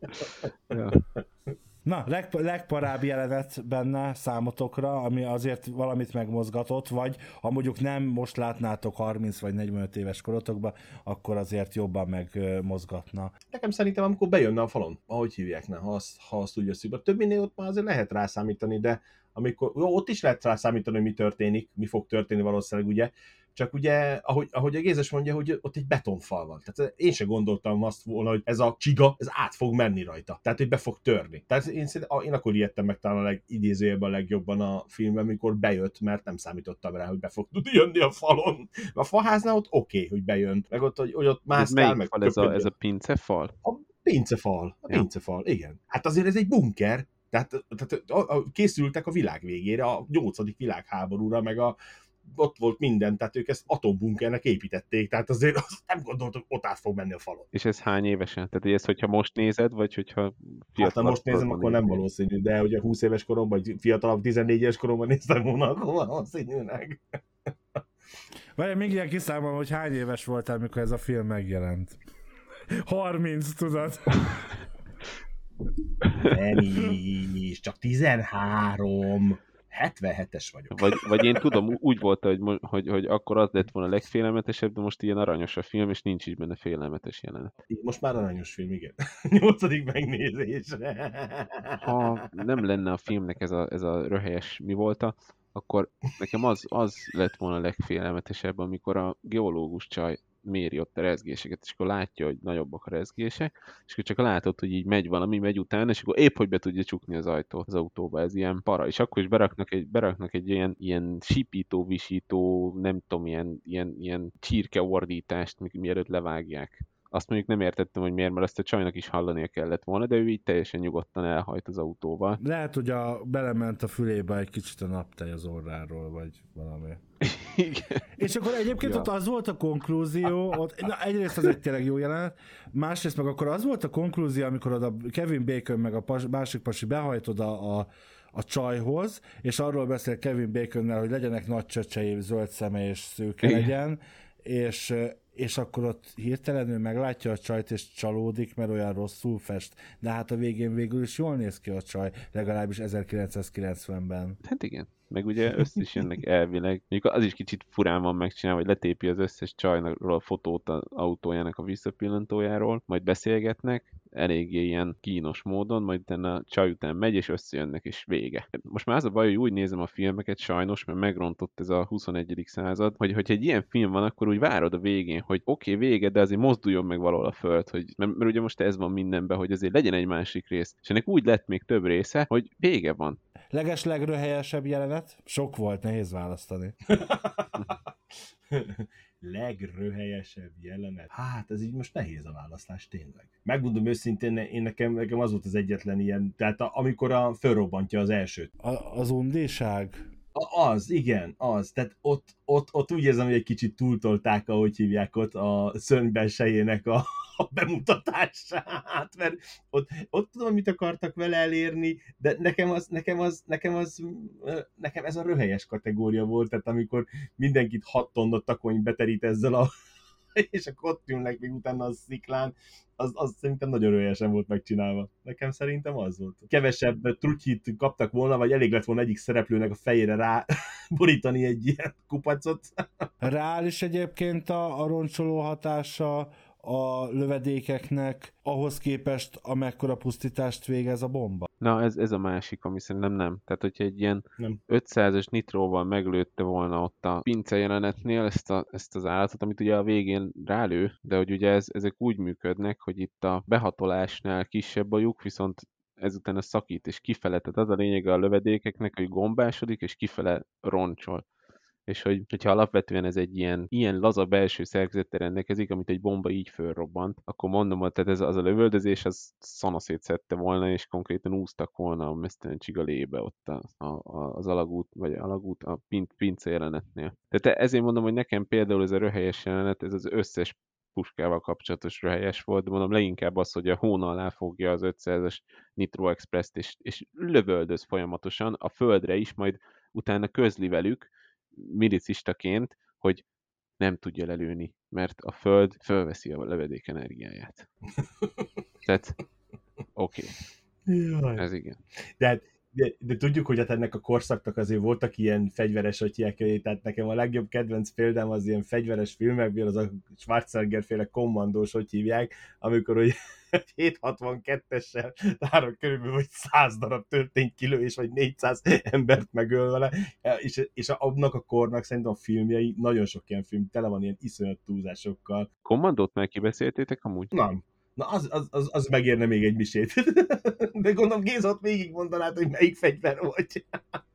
Ja. Na, leg, legparább jelenet benne számotokra, ami azért valamit megmozgatott, vagy ha mondjuk nem most látnátok harminc vagy negyvenöt éves korotokban, akkor azért jobban megmozgatna. Nekem szerintem, amikor bejönne a falon, ahogy hívják, ne, ha azt, ha azt úgy összük. Többnél ott már azért lehet rászámítani, de amikor, jó, ott is lehet rászámítani, hogy mi történik, mi fog történni valószínűleg, ugye, csak ugye, ahogy, ahogy a Gézes mondja, hogy ott egy betonfal van. Tehát én sem gondoltam azt volna, hogy ez a csiga, ez át fog menni rajta. Tehát, hogy be fog törni. Tehát én, én akkor ijedtem meg talán a legidézőjebben a legjobban a filmben, amikor bejött, mert nem számítottam rá, hogy be fog tudni jönni a falon. A faháznál ott oké, okay, hogy bejön. Meg ott, hogy, hogy ott mászkál, meg... Fal ez, a, ez a pincefal? A pincefal. A pincefal, ja. Igen. Hát azért ez egy bunker. Tehát, tehát a, a, készültek a világ végére, a nyolcadik világháborúra, meg a ott volt minden, tehát ők ezt atombunkernek építették, tehát azért azt nem gondoltuk, hogy ott át fog menni a falon. És ez hány évesen? Tehát ezt, hogyha most nézed, vagy hogyha fiatalabb? Hát ha most nézem, akkor nem valószínű, de ugye húsz éves koromban, vagy fiatalabb tizennégy éves koromban néztem volna, akkor valószínűleg. Várj, mindjárt kiszámolom, hogy hány éves voltál, amikor ez a film megjelent. harminc, tudod? Nem is, csak tizenhárom. hetvenhetes vagyok. Vagy, vagy én tudom, úgy volt, hogy, hogy, hogy akkor az lett volna a legfélelmetesebb, de most ilyen aranyos a film, és nincs is benne félelmetes jelenet. Most már aranyos film, igen. Nyolcadik megnézésre. Ha nem lenne a filmnek ez a, ez a röhelyes mi volta, akkor nekem az, az lett volna a legfélelmetesebb, amikor a geológus csaj méri ott a rezgéseket, és akkor látja, hogy nagyobbak a rezgések, és akkor csak látod, hogy így megy valami, megy utána, és akkor épp, hogy be tudja csukni az ajtót az autóba, ez ilyen para. És akkor is beraknak egy, beraknak egy ilyen, ilyen sípító, visító, nem tudom, ilyen, ilyen, ilyen csirkeordítást, mielőtt levágják. Azt mondjuk nem értettem, hogy miért, mert azt a csajnak is hallania kellett volna, de ő így teljesen nyugodtan elhajt az autóval. Lehet, hogy a, belement a fülébe egy kicsit a naptej az orráról, vagy valami. Igen. És akkor egyébként ja. ott az volt a konklúzió, ott, na egyrészt az egy tényleg jó jelenet, másrészt meg akkor az volt a konklúzió, amikor oda Kevin Bacon meg a pas, másik pasi behajt oda a, a csajhoz, és arról beszél Kevin Baconnel, hogy legyenek nagy csöcsei, zöld szeme és szőke legyen, és és akkor ott hirtelenül meglátja a csajt, és csalódik, mert olyan rosszul fest. De hát a végén végül is jól néz ki a csaj, legalábbis ezerkilencszázkilencvenben. Hát igen. Meg ugye össze is jönnek elvileg. Mondjuk az is kicsit furán van megcsinálva, hogy letépi az összes csajról a fotót az autójának a visszapillantójáról, majd beszélgetnek, eléggé ilyen kínos módon, majd utána a csaj után megy, és összejönnek, és vége. Most már az a baj, hogy úgy nézem a filmeket sajnos, mert megrontott ez a huszonegyedik század, hogy hogyha egy ilyen film van, akkor úgy várod a végén, hogy oké, okay, vége, de azért mozduljon meg valahol a föld, hogy, mert, mert ugye most ez van mindenben, hogy azért legyen egy másik rész. És ennek úgy lett még több része, hogy vége van. Legeslegröhelyesebb jelenet? Sok volt, nehéz választani. Legröhelyesebb jelenet? Hát, ez így most nehéz a választás, tényleg. Megmondom őszintén, én nekem, nekem az volt az egyetlen ilyen, tehát a, amikor a fölrobbantja az elsőt. A, az undiság? Az, igen, az. Tehát ott, ott, ott úgy érzem, hogy egy kicsit túltolták, ahogy hívják ott, a szörnybelsejének a a bemutatását, mert ott, ott tudom, mit akartak vele elérni, de nekem az, nekem az, nekem az, nekem ez a röhelyes kategória volt, tehát amikor mindenkit hat tonna takony beterít ezzel a és akkor ott ülnek még utána a sziklán, az, az szerintem nagyon röhelyesen volt megcsinálva. Nekem szerintem az volt. Kevesebb trutyit kaptak volna, vagy elég lett volna egyik szereplőnek a fejére rá borítani egy ilyen kupacot. Reális egyébként a, a roncsoló hatása a lövedékeknek ahhoz képest, amekkora pusztítást végez a bomba? Na, ez, ez a másik, ami szerintem nem. Tehát, hogyha egy ilyen nem. ötszázas nitróval meglőtte volna ott a pince jelenetnél ezt, a, ezt az állatot, amit ugye a végén rálő, de hogy ugye ez, ezek úgy működnek, hogy itt a behatolásnál kisebb a lyuk, viszont ezután a szakít, és kifele, tehát az a lényege a lövedékeknek, hogy gombásodik, és kifele roncsol. És hogy, hogyha alapvetően ez egy ilyen, ilyen laza belső szerkezettel rendelkezik, amit egy bomba így fölrobbant, akkor mondom, hogy tehát ez az a lövöldözés, az szanaszét szedte volna, és konkrétan úsztak volna a mesztelen csigalébe ott a, a, az alagút, vagy alagút, a pin, pince jelenetnél. Tehát ezért mondom, hogy nekem például ez a röhelyes jelenet, ez az összes puskával kapcsolatos röhelyes volt, de mondom leginkább az, hogy a hóna alá fogja az ötszázas Nitro Express-t, és, és lövöldöz folyamatosan a földre is, majd utána közli velük, milicistaként, hogy nem tudja lelőni, mert a föld fölveszi a lövedék energiáját. Tehát, oké. Okay. Ez igen. De, de, de tudjuk, hogy hát ennek a korszaknak azért voltak ilyen fegyveres atyák, tehát nekem a legjobb kedvenc példám az ilyen fegyveres filmekből, az a Schwarzenegger-féle kommandós, hogy hívják, amikor hogy hétszázhatvankettessel táron körülbelül, hogy száz darab történt kilőés, vagy négyszáz embert megöl vele, és, és annak a kornak szerintem a filmjei, nagyon sok ilyen film, tele van ilyen iszonyat túlzásokkal. Kommandót már kibeszéltétek amúgy? Nem. Na, az, az, az, az megérne még egy misét. De gondolom Géza ott végig mondanád, hogy melyik fegyver vagy.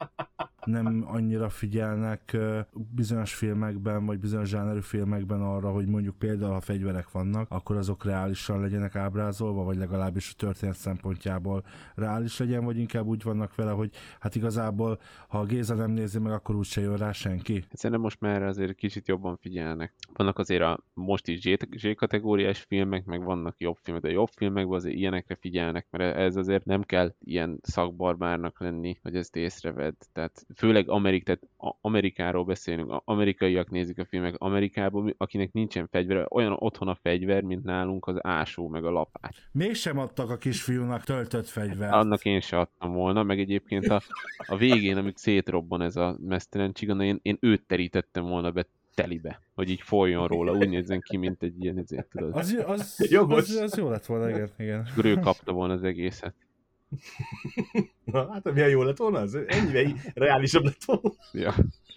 Nem annyira figyelnek bizonyos filmekben, vagy bizonyos zsánerű filmekben arra, hogy mondjuk például, ha fegyverek vannak, akkor azok reálisan legyenek ábrázolva, vagy legalábbis a történet szempontjából reális legyen, vagy inkább úgy vannak vele, hogy hát igazából, ha a Géza nem nézi meg, akkor úgyse jön rá senki. Szerintem most már azért kicsit jobban figyelnek. Vannak azért a most is Z-kategóriás filmek, meg vannak jobb filmek, de a jobb filmekben azért ilyenekre figyelnek, mert ez azért nem kell ilyen szakbarbárnak lenni, hogy ezt észrevedd. Tehát főleg Amerik, tehát Amerikáról beszélünk, amerikaiak nézik a filmek Amerikában, akinek nincsen fegyver, olyan otthon a fegyver, mint nálunk az ásó, meg a lapát. Mégsem adtak a kisfiúnak töltött fegyvert. Annak én se adtam volna, meg egyébként a, a végén, amikor szétrobban ez a mesztelen csigana, én, én őt terítettem volna be telibe, hogy így folyjon róla, úgy nézzen ki, mint egy ilyen, ezért tudod. Az, az, az, az jó lett volna, igen. igen. És akkor ő kapta volna az egészet. Na, hát milyen jó lett volna, az ennyivel reálisabb lett volna. Ja.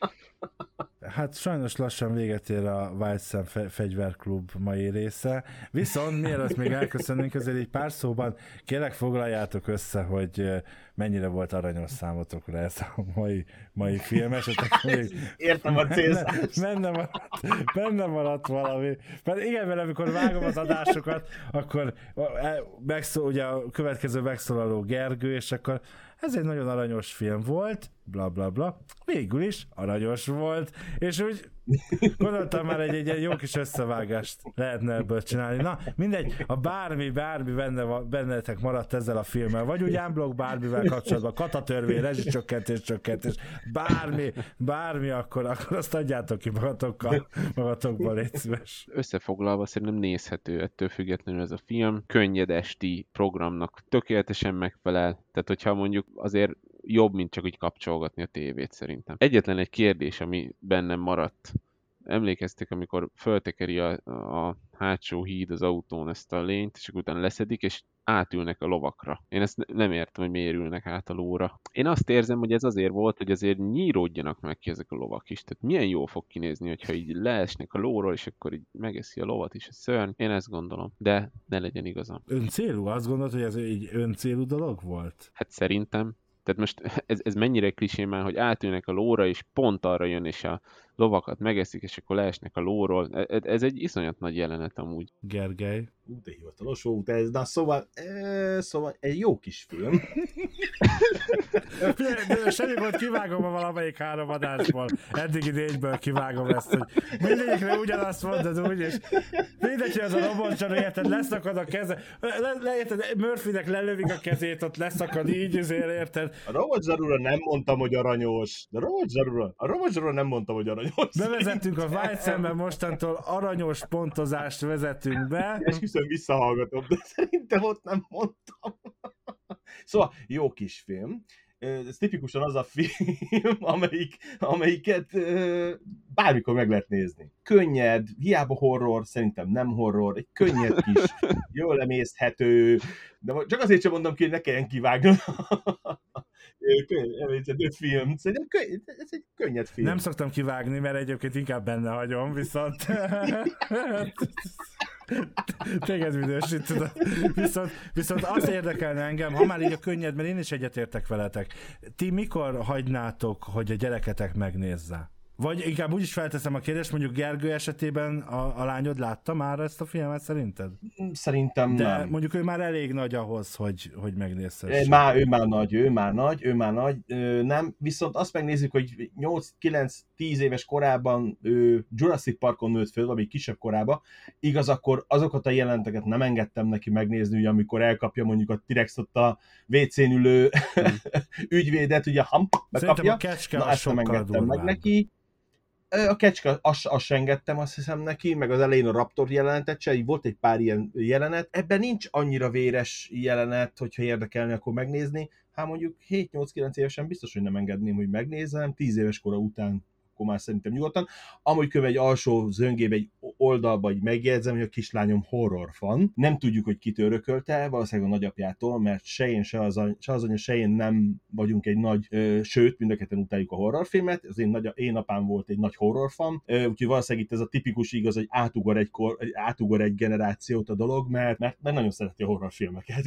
Hát sajnos lassan véget ér a Wild Sam Fegyverklub mai része, viszont mielőtt még elköszönnénk, azért egy pár szóban kérlek foglaljátok össze, hogy mennyire volt aranyos számotokra ez a mai, mai film, esetleg még... Értem a célszást. Benne maradt, benne maradt valami. Mert igen, mert amikor vágom az adásokat, akkor megszól, ugye a következő megszólaló Gergő, és akkor ez egy nagyon aranyos film volt, bla bla bla, végül is aranyos volt, és úgy gondoltam már, egy, egy jó kis összevágást lehetne ebből csinálni. Na, mindegy, a bármi, bármi benne van, bennetek maradt ezzel a filmmel, vagy úgy unblock bármivel kapcsolatban, katatörvény, rezsicsökkentés, csökkentés, bármi, bármi, akkor, akkor azt adjátok ki magatokkal, magatokban, légy szíves. Összefoglalva szerintem nézhető ettől függetlenül ez a film, könnyed esti programnak tökéletesen megfelel, tehát hogyha mondjuk azért jobb, mint csak úgy kapcsolgatni a tévét szerintem. Egyetlen egy kérdés, ami bennem maradt. Emlékeztek, amikor föltekeri a, a hátsó híd az autón ezt a lényt, és utána leszedik, és átülnek a lovakra. Én ezt nem értem, hogy miért ülnek át a lóra. Én azt érzem, hogy ez azért volt, hogy azért nyíródjanak meg ki ezek a lovak is. Tehát milyen jól fog kinézni, hogyha így leesnek a lóról, és akkor így megeszi a lovat is a szörny. Én ezt gondolom. De ne legyen igazam. Öncélú? Azt gondolod, hogy ez egy öncélú dolog volt? Hát szerintem. Tehát most ez, ez mennyire klisé már, hogy átülnek a lóra, és pont arra jön, és a, lovakat megeszik, és akkor leesnek a lóról. Ez egy iszonyat nagy jelenet amúgy. Gergely. Ú, de hivatalos volt ez, na szóval, e, szóval egy jó kis film. Semmi volt kivágom a valamelyik három adásból. Eddigi négyből kivágom ezt, hogy mindegyikre ugyanazt mondod úgy, és mindegy, az a robotzsaru, érted, leszakad a keze, le, le, érted, Murphynek lelövik a kezét, ott leszakad így, azért, érted. A robotzsarúra nem mondtam, hogy aranyos. De a robotzsarúra, a robotzsarúra nem mondtam, hogy aranyos. Bevezettünk a White Szemben mostantól aranyos pontozást vezetünk be. Esküszöm, visszahallgatom, de szerintem ott nem mondtam. Szóval jó kis film. Ez tipikusan az a film, amelyik, amelyiket bármikor meg lehet nézni. Könnyed, hiába horror, szerintem nem horror, egy könnyed kis, jól emészthető, de csak azért sem mondom ki, hogy ne kelljen kivágnom. Könnyed film. Szerintem könnyed, ez egy könnyed film. Nem szoktam kivágni, mert egyébként inkább benne hagyom, viszont... Téged minősít, tudod. Viszont, viszont az érdekelne engem, ha már így a könnyed, mert én is egyetértek veletek. Ti mikor hagynátok, hogy a gyereketek megnézze? Vagy inkább úgy is felteszem a kérdést, mondjuk Gergő esetében a, a lányod látta már ezt a filmet, szerinted? Szerintem De nem. mondjuk ő már elég nagy ahhoz, hogy, hogy megnézhesse. Már, ő már nagy, ő már nagy, ő már nagy, ő nem. Viszont azt megnézzük, hogy nyolc kilenc tíz éves korában ő Jurassic Parkon nőtt föl, vagy kisebb korában. Igaz, akkor azokat a jelenteket nem engedtem neki megnézni, ugye, amikor elkapja mondjuk a T-Rex-ot a vé cén ülő hmm. ügyvédet, ugye ham, bekapja. Szerintem a kecske Na, ezt nem engedtem meg neki. A kecske, azt, azt sem engedtem, azt hiszem neki, meg az elején a Raptor jelenetet se, így volt egy pár ilyen jelenet. Ebben nincs annyira véres jelenet, hogyha érdekelni, akkor megnézni. Hát mondjuk hét nyolc kilenc évesen biztos, hogy nem engedném, hogy megnézem, tíz éves kora után akkor már szerintem nyugodtan. Amúgy köve egy alsó zöngébe, egy oldalba így megjegyzem, hogy a kislányom horror fan. Nem tudjuk, hogy kit örökölte, valószínűleg a nagyapjától, mert se én, se az, any- se az anya, se én nem vagyunk egy nagy, ö, sőt, mind a ketten utáljuk a horrorfilmet. Az én, nagy, én apám volt egy nagy horrorfan, ö, úgyhogy valószínűleg itt ez a tipikus igaz, hogy átugor egy, kor, átugor egy generációt a dolog, mert, mert, mert nagyon szereti a horrorfilmeket.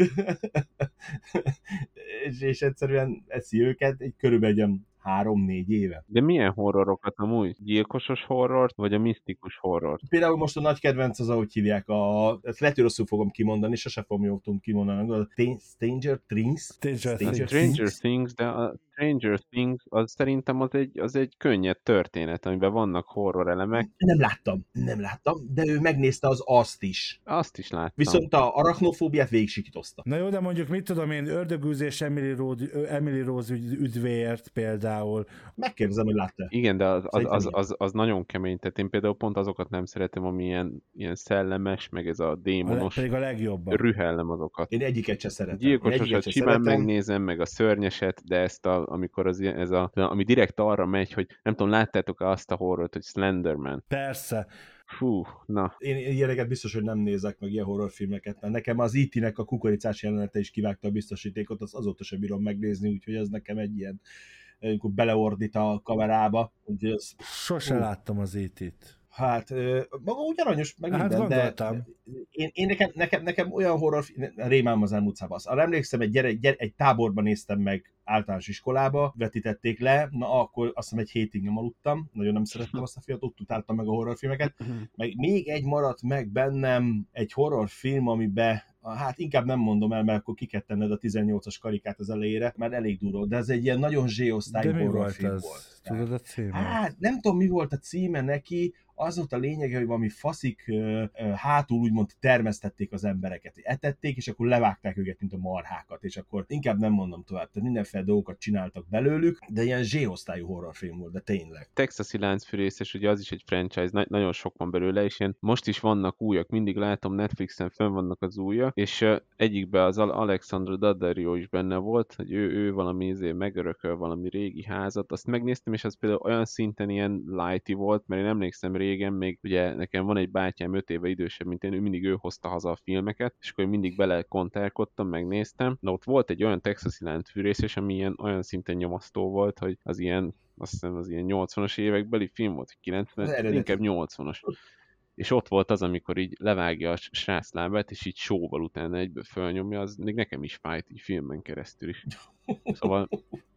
és, és egyszerűen eszi őket egy körülbelül három-négy éve. De milyen horrorokat amúgy? Gyilkosos horrort, vagy a misztikus horrort? Például most a nagy kedvenc az, ahogy hívják, a, ezt lehet, hogy rosszul fogom kimondani, sose fogom jól tudom kimondani, a Stranger Things? Stranger, Stranger Things. Things, de a Stranger Things az szerintem az egy, az egy könnyed történet, amiben vannak horror elemek. Nem láttam, nem láttam, de ő megnézte az azt is. Azt is láttam. Viszont a arachnofóbiát végigsikítozta. Na jó, de mondjuk mit tudom én, Ördögűzés Emily Rose, Emily Rose ügy, ügyvéért például. Megkérdezem, hogy látta. Igen, de az, az, az, az, az nagyon kemény, tehát én például pont azokat nem szeretem, ami ilyen, ilyen szellemes, meg ez a démonos. A, pedig a legjobban. Rühellem azokat. Én egyiket se szeretem. Gyilkososat simán megnézem, meg a szörnyeset, de ezt a, amikor az ez a, ami direkt arra megy, hogy nem tudom, láttátok-e azt a horrort, hogy Slenderman? Persze. Fú, na. Én ilyeneket biztos, hogy nem nézek meg ilyen horrorfilmeket. Nekem az í té-nek a kukoricás jelenete is kivágta a biztosítékot, az azóta sem bírom megnézni, úgyhogy ez nekem egy ilyen, amikor beleordít a kamerába. Az... Sose láttam az í té-t. Hát, maga úgy aranyos, meg hát minden, gondoltam. de én, én nekem, nekem, nekem olyan horror, rémám az elmúlt szábasz. Arra emlékszem, egy, gyere, gyere, egy táborban néztem meg általános iskolába, vetítették le, na akkor azt hiszem egy hétig nem aludtam, nagyon nem szerettem azt a fiat, ott utáltam meg a horrorfilmeket, meg még egy maradt meg bennem egy horrorfilm, amiben hát inkább nem mondom el, mert akkor ki kell tenned a tizennyolcas karikát az elejére, mert elég durva, de ez egy ilyen nagyon zsé-osztályú horrorfilm volt. volt. Tudod a címe? Hát nem tudom, mi volt a címe neki, az volt a lényege, hogy valami faszik uh, uh, hátul úgymond termesztették az embereket, etették, és akkor levágták őket, mint a marhákat, és akkor inkább nem mondom tovább, tehát mindenféle dolgokat csináltak belőlük, de ilyen zsé-osztályú horrorfilm volt, de tényleg. Texasi láncfűrészes, ugye az is egy franchise, na- nagyon sok van belőle, és ilyen most is vannak újak, mindig látom Netflixen fönn vannak az újak, és uh, egyikben az Alexandra Daddario is benne volt, hogy ő, ő valami izé megörököl valami régi házat, azt megnéztem, és az például olyan szinten ilyen lighty volt, mert én emlékszem régen, még ugye nekem van egy bátyám öt éve idősebb, mint én, ő mindig ő hozta haza a filmeket, és akkor én mindig belekontálkodtam, megnéztem. Na ott volt egy olyan texasi láncfűrészes, ami ilyen olyan szinten nyomasztó volt, hogy az ilyen, azt hiszem az ilyen nyolcvanas évekbeli film volt, kilencvenes, inkább nyolcvanas. És ott volt az, amikor így levágja a srác lábát, és így sóval utána egyből fölnyomja, az még nekem is fájt így filmen keresztül is. Szóval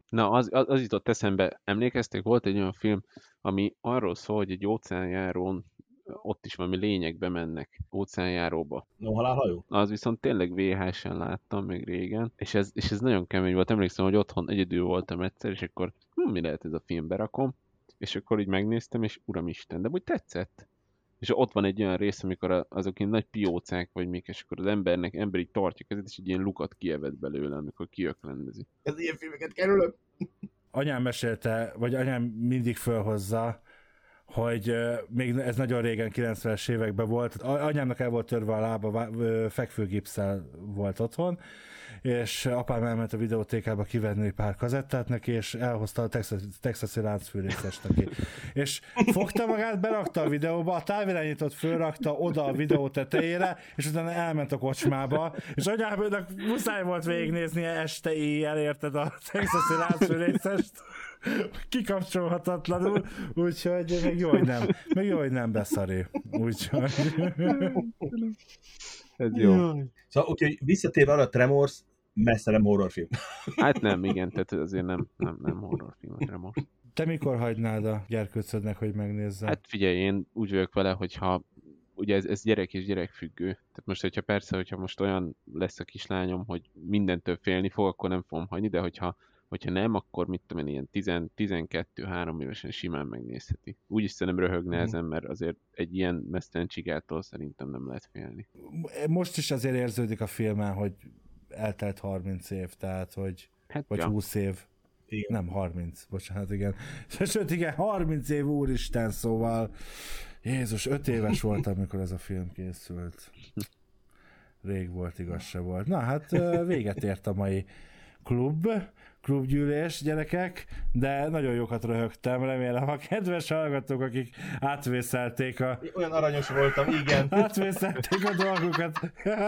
Na, az, az, az jutott eszembe, emlékeztek, volt egy olyan film, ami arról szól, hogy egy óceánjárón ott is valami lényegbe mennek óceánjáróba. No halálhajó? Az viszont tényleg vé há es-en láttam még régen, és ez, és ez nagyon kemény volt. Emlékszem, hogy otthon egyedül voltam egyszer, és akkor hm, mi lehet ez a film, berakom, és akkor így megnéztem, és uramisten, de úgy tetszett. És ott van egy olyan rész, amikor azok ilyen nagy piócák vagy még, és akkor az embernek, ember így tartja kezet, és egy ilyen lukat kieved belőle, amikor kiöklendezi. Ez ilyen filmeket kerülök. Anyám mesélte, vagy anyám mindig fölhozza, hogy még ez nagyon régen, kilencvenes években volt. Anyámnak el volt törve a lába, fekvőgipsszel volt otthon, és apám elment a videótékába kivenni pár kazettát neki, és elhozta a texasi, texasi láncfűrészest neki. És fogta magát, berakta a videóba, a távirányítót fölrakta oda a videó tetejére, és utána elment a kocsmába, és anyámnak muszáj volt végignéznie este éjjel, érted, a texasi láncfűrészest, kikapcsolhatatlanul, úgyhogy még jó, hogy nem, még jó, hogy nem beszari. Úgyhogy... Ez jó. Szóval, úgyhogy visszatérve arra, a Tremors messze nem horrorfilm. Hát nem, igen, tehát azért nem, nem, nem horrorfilm a Tremors. Te mikor hagynád a gyerkőcödnek, hogy megnézze? Hát figyelj, én úgy vagyok vele, hogyha ugye ez, ez gyerek és gyerek függő. Tehát most, hogyha persze, hogyha most olyan lesz a kislányom, hogy mindentől félni fog, akkor nem fogom hagyni, de hogyha hogyha nem, akkor mit tudom én, ilyen tíz, tizenkettő három évesen simán megnézheti. Úgyis szerintem röhögne ezen, mert azért egy ilyen mesztelen csigától szerintem nem lehet félni. Most is azért érződik a filmen, hogy eltelt harminc év, tehát hogy hát, vagy ja. húsz év. Igen. Nem, harminc, bocsánat, igen. Sőt, igen, harminc év, úristen, szóval Jézus, öt éves voltam, amikor ez a film készült. Rég volt, igaz se volt. Na hát véget ért a mai klub, klubgyűlés, gyerekek, de nagyon jókat röhögtem, remélem a kedves hallgatók, akik átvészelték a... Olyan aranyos voltam, igen. Átvészelték a dolgokat.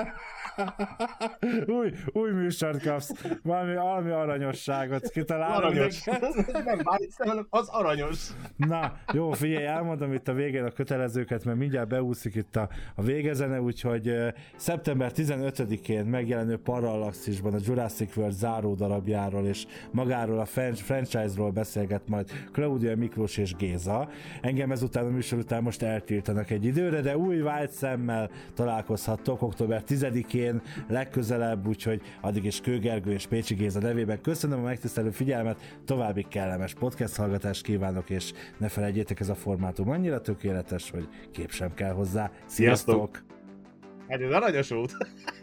új, új műsort kapsz, valami, valami aranyosságot kitalálom. Aranyos. Nem bárcsak, az aranyos. Na, jó, figyelj, elmondom itt a végén a kötelezőket, mert mindjárt beúszik itt a, a végezene, úgyhogy uh, szeptember tizenötödikén megjelenő Parallaxisban a Jurassic World záró darabjáról és magáról a franchise-ról beszélget majd Claudia, Miklós és Géza. Engem ezután a műsor után most eltiltanak egy időre, de új vált szemmel találkozhattok október tizedikén legközelebb, úgyhogy addig is Kő Gergő és Pécsi Géza nevében köszönöm a megtisztelő figyelmet, további kellemes podcast hallgatást kívánok, és ne felejtjétek, ez a formátum annyira tökéletes, hogy kép sem kell hozzá. Sziasztok! Hát ez aranyos volt!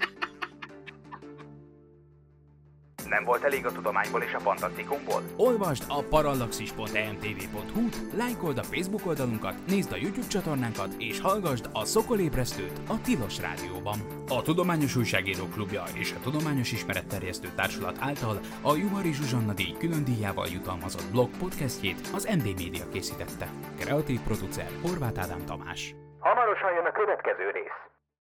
Nem volt elég a tudományból és a fantasztikumból? Olvasd a parallaxis pont e m t v pont h-t, lájkold a Facebook oldalunkat, nézd a YouTube csatornánkat, és hallgasd a Szokolébresztőt a Tilos Rádióban. A Tudományos Újságírók Klubja és a Tudományos Ismeretterjesztő Társulat által a Juhari Zsuzsanna díj külön díjával jutalmazott blog podcastjét az em dé Média készítette. Kreatív producer Horváth Ádám Tamás. Hamarosan jön a következő rész.